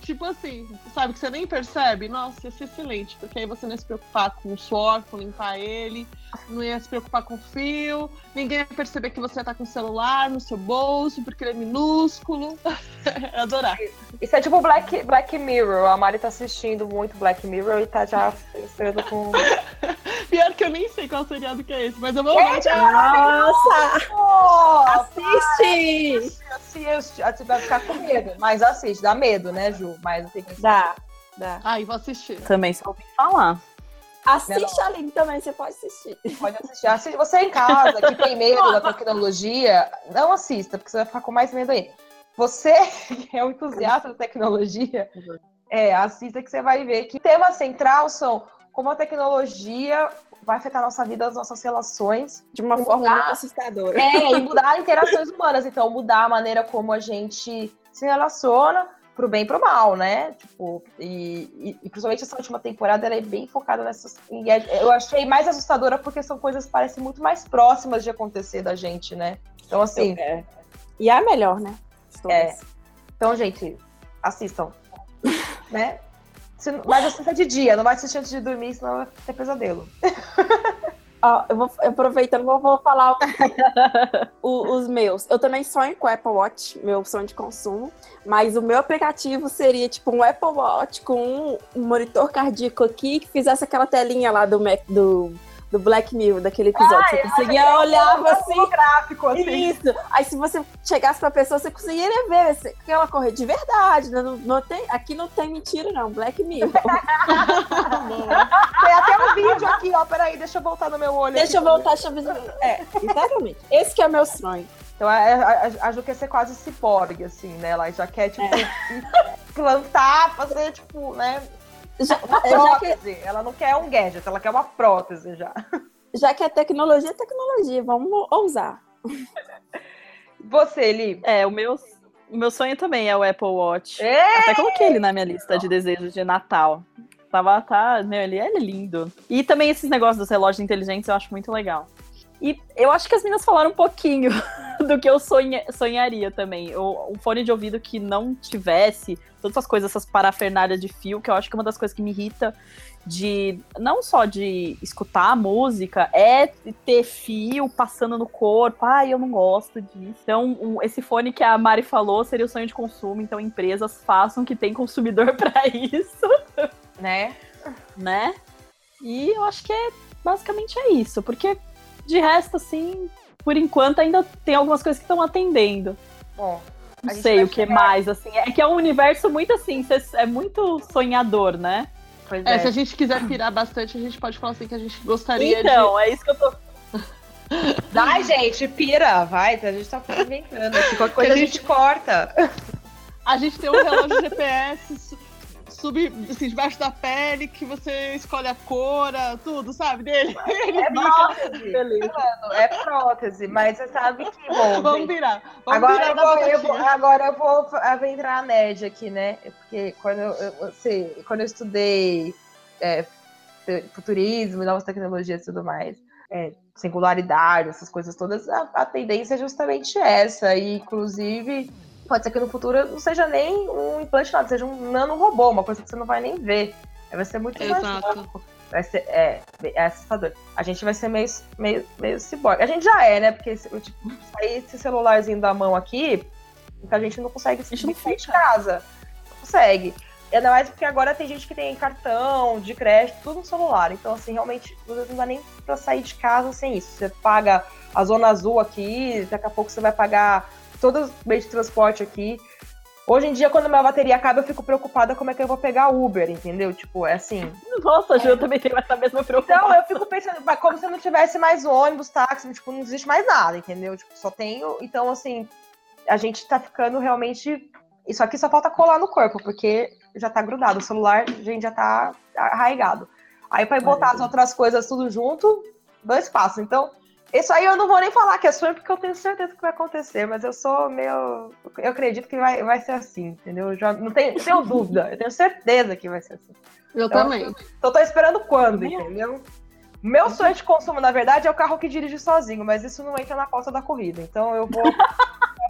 Tipo assim, sabe, que você nem percebe? Nossa, ia ser excelente, porque aí você não ia se preocupar com o suor, com limpar ele, não ia se preocupar com o fio, ninguém ia perceber que você tá com o celular no seu bolso, porque ele é minúsculo. Eu adorar. Isso é tipo Black, Black Mirror. A Mari tá assistindo muito Black Mirror e tá já pensando com... Pior que eu nem sei qual seriado que é esse, mas eu vou Gente, ver. Nossa! Oh, Assiste! assiste, assiste, vai ficar com medo, mas assiste, dá medo, né, Ju? Mas tem que Dá, dá. Ai, vou assistir. Também só ouvi falar. Assiste a Aline também, você pode assistir. Pode assistir. Assiste. Você em casa, que tem medo da tecnologia, não assista, porque você vai ficar com mais medo aí. Você que é um entusiasta da tecnologia, é, assista que você vai ver que o tema central são como a tecnologia vai afetar a nossa vida, as nossas relações. De uma E forma mudar- muito assustadora. É, e mudar interações humanas. Então, mudar a maneira como a gente se relaciona pro bem e pro mal, né? Tipo, e, e, e principalmente essa última temporada, ela é bem focada nessas... E é- eu achei mais assustadora porque são coisas que parecem muito mais próximas de acontecer da gente, né? Então, assim... É. E é a melhor, né? De todas. É. Então, gente, assistam. Né? Se- Mas assista de dia, não vai assistir antes de dormir, senão vai ter pesadelo. Ó, eu vou aproveitando, vou, vou falar o- os meus. Eu também sonho com o Apple Watch, meu sonho de consumo, mas o meu aplicativo seria tipo um Apple Watch com um monitor cardíaco aqui que fizesse aquela telinha lá do, Mac, do, do Black Mirror, daquele episódio. Você conseguia olhar assim. Gráfico, assim. Isso. Aí se você chegasse pra pessoa, você conseguiria ver se que ela correr de verdade. Né? Não, não tem, aqui não tem mentira, não. Black Mirror. Tem até um vídeo aqui, ó. Peraí, deixa eu voltar no meu olho. Deixa eu aqui. voltar, deixa eu ver. É, exatamente. Esse que é o meu sonho. Então a, a, a Ju quer ser quase ciborgue, assim, né? Ela já quer, tipo, plantar, fazer, tipo, né? Já, Uma já, que, prótese. Ela não quer um gadget, ela quer uma prótese já. já que é tecnologia, é tecnologia. Vamos ousar. Você, Li. É, o meu, o meu sonho também é o Apple Watch. É? Até coloquei ele na minha lista de desejos de Natal. Tava, tá, meu, ele é lindo. E também esses negócios dos relógios inteligentes eu acho muito legal. E eu acho que as meninas falaram um pouquinho do que eu sonha, sonharia também. Eu, um fone de ouvido que não tivesse todas essas coisas, essas parafernálias de fio, que eu acho que é uma das coisas que me irrita de, não só de escutar a música, é ter fio passando no corpo. Ai, eu não gosto disso. Então, um, esse fone que a Mari falou seria o sonho de consumo. Então, empresas façam que tem consumidor para isso. Né? Né? E eu acho que é basicamente é isso, porque de resto, assim, por enquanto ainda tem algumas coisas que estão atendendo. Bom, a Não gente sei vai o que chegar- mais, assim, é que é um universo muito assim, cê- é muito sonhador, né? Pois É, é. se a gente quiser pirar bastante, a gente pode falar assim que a gente gostaria Então, é isso que eu tô. Vai, gente, pira, vai. A gente tá inventando aqui. Qualquer coisa a Que a gente corta. de... A gente tem um relógio G P S su- sub, assim, debaixo da pele, que você escolhe a cor, a- tudo, sabe, dele. Ele É fica... prótese. Beleza. Falando, é prótese, mas você sabe que, bom, Vamos gente, virar. Vamos agora, virar eu na vou, eu batatinha. vou, agora eu vou adentrar a nerd aqui, né? Porque quando eu, eu, sei, quando eu estudei é, futurismo e novas tecnologias e tudo mais, é, singularidade, essas coisas todas, a, a tendência é justamente essa. E, inclusive, pode ser que no futuro não seja nem um implante, nada, seja um nanorobô, uma coisa que você não vai nem ver. Aí vai ser muito mais Exato. louco. Vai ser, é, é assustador. A gente vai ser meio, meio, meio ciborgue. A gente já é, né? Porque se- tipo, sair esse celularzinho da mão aqui, então a gente não consegue A gente não sair de fica. casa. Não consegue. E ainda mais porque agora tem gente que tem cartão de crédito, tudo no celular. Então, assim, realmente, não dá nem pra sair de casa sem isso. Você paga a zona azul aqui, daqui a pouco você vai pagar todo o meio de transporte aqui. Hoje em dia, quando minha bateria acaba, eu fico preocupada como é que eu vou pegar Uber, entendeu? Tipo, é assim... Nossa, Ju, eu também tenho essa mesma preocupação. Então, eu fico pensando, mas como se não tivesse mais ônibus, táxi, tipo, não existe mais nada, entendeu? Tipo, só tenho... Então, assim, a gente tá ficando realmente... Isso aqui só falta colar no corpo, porque já tá grudado. O celular, a gente já tá arraigado. Aí, pra botar as outras coisas tudo junto, dois passos. Então, isso aí eu não vou nem falar que é sonho, porque eu tenho certeza que vai acontecer, mas eu sou meio... Eu acredito que vai, vai ser assim, entendeu? Eu já não tenho, não tenho dúvida, eu tenho certeza que vai ser assim. Eu Então, também. Então, tô esperando quando, entendeu? Meu sonho de consumo, na verdade, é o carro que dirige sozinho, mas isso não entra na pauta da corrida. Então, eu vou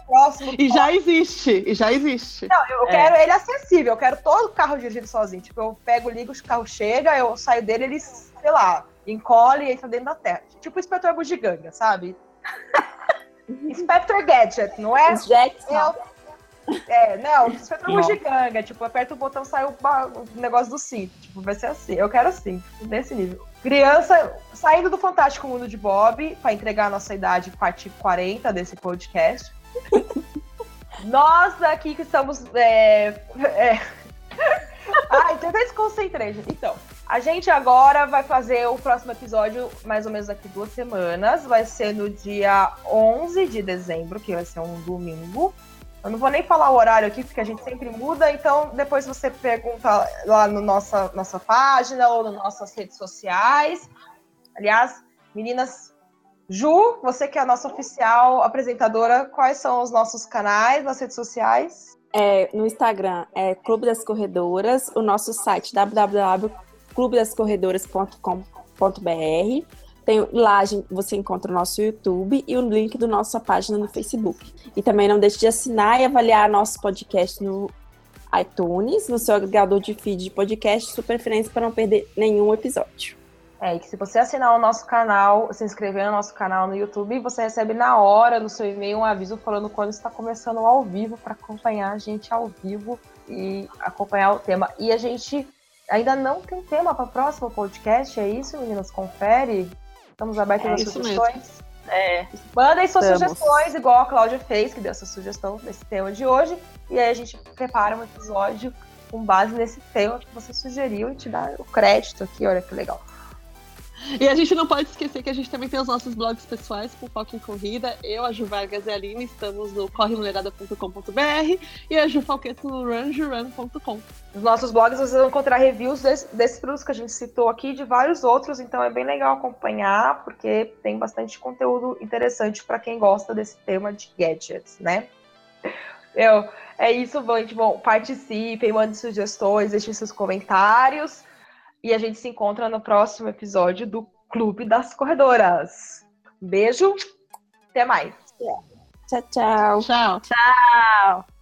próximo. E já existe, e já existe. Não, eu É. quero ele acessível, eu quero todo o carro dirigido sozinho. Tipo, eu pego, ligo, o carro chega, eu saio dele, ele, sei lá, encolhe e entra dentro da terra. Tipo o Inspetor Bugiganga, sabe? Inspector Gadget, não é? Os Jets, Eu- É, não, o Inspetor Não. Bugiganga, tipo, aperta o botão, sai o, ba- o negócio do cinto. Tipo, vai ser assim. Eu quero assim, nesse nível. Criança saindo do Fantástico Mundo de Bob pra entregar a nossa idade, parte quarenta desse podcast. Nós aqui que estamos. É, é... Ai, eu até desconcentrei, gente. Então, a gente agora vai fazer o próximo episódio mais ou menos daqui duas semanas. Vai ser no dia onze de dezembro, que vai ser um domingo. Eu não vou nem falar o horário aqui, porque a gente sempre muda, então depois você pergunta lá na no nossa, nossa página ou nas nossas redes sociais. Aliás, meninas, Ju, você que é a nossa oficial apresentadora, quais são os nossos canais nas redes sociais? É, no Instagram é Clube das Corredoras, o nosso site w w w ponto clube das corredoras ponto com ponto b r. Tem, lá a gente- você encontra o nosso YouTube e o link da nossa página no Facebook. E também não deixe de assinar e avaliar nosso podcast no iTunes, no seu agregador de feed de podcast, sua preferência para não perder nenhum episódio. É, e que se você assinar o nosso canal, se inscrever no nosso canal no YouTube, você recebe na hora no seu e-mail um aviso falando quando está começando ao vivo, para acompanhar a gente ao vivo e acompanhar o tema. E a gente ainda não tem tema para o próximo podcast, é isso, meninas? Confere. Estamos abertos É às isso sugestões. É, Mandem suas Estamos. sugestões, igual a Cláudia fez, que deu essa sugestão nesse tema de hoje. E aí a gente prepara um episódio com base nesse tema que você sugeriu e te dá o crédito aqui, olha que legal. E a gente não pode esquecer que a gente também tem os nossos blogs pessoais com foco em corrida. Eu, a Ju Vargas e a Aline estamos no corre mulherada ponto com ponto b r e a Ju Falqueto no run ju run ponto com. Nos nossos blogs vocês vão encontrar reviews desse, desses produtos que a gente citou aqui e de vários outros, então é bem legal acompanhar, porque tem bastante conteúdo interessante para quem gosta desse tema de gadgets, né? Eu, é isso, gente. Bom, participem, mandem sugestões, deixem seus comentários. E a gente se encontra no próximo episódio do Clube das Corredoras. Beijo, até mais. Tchau, tchau. Tchau. tchau!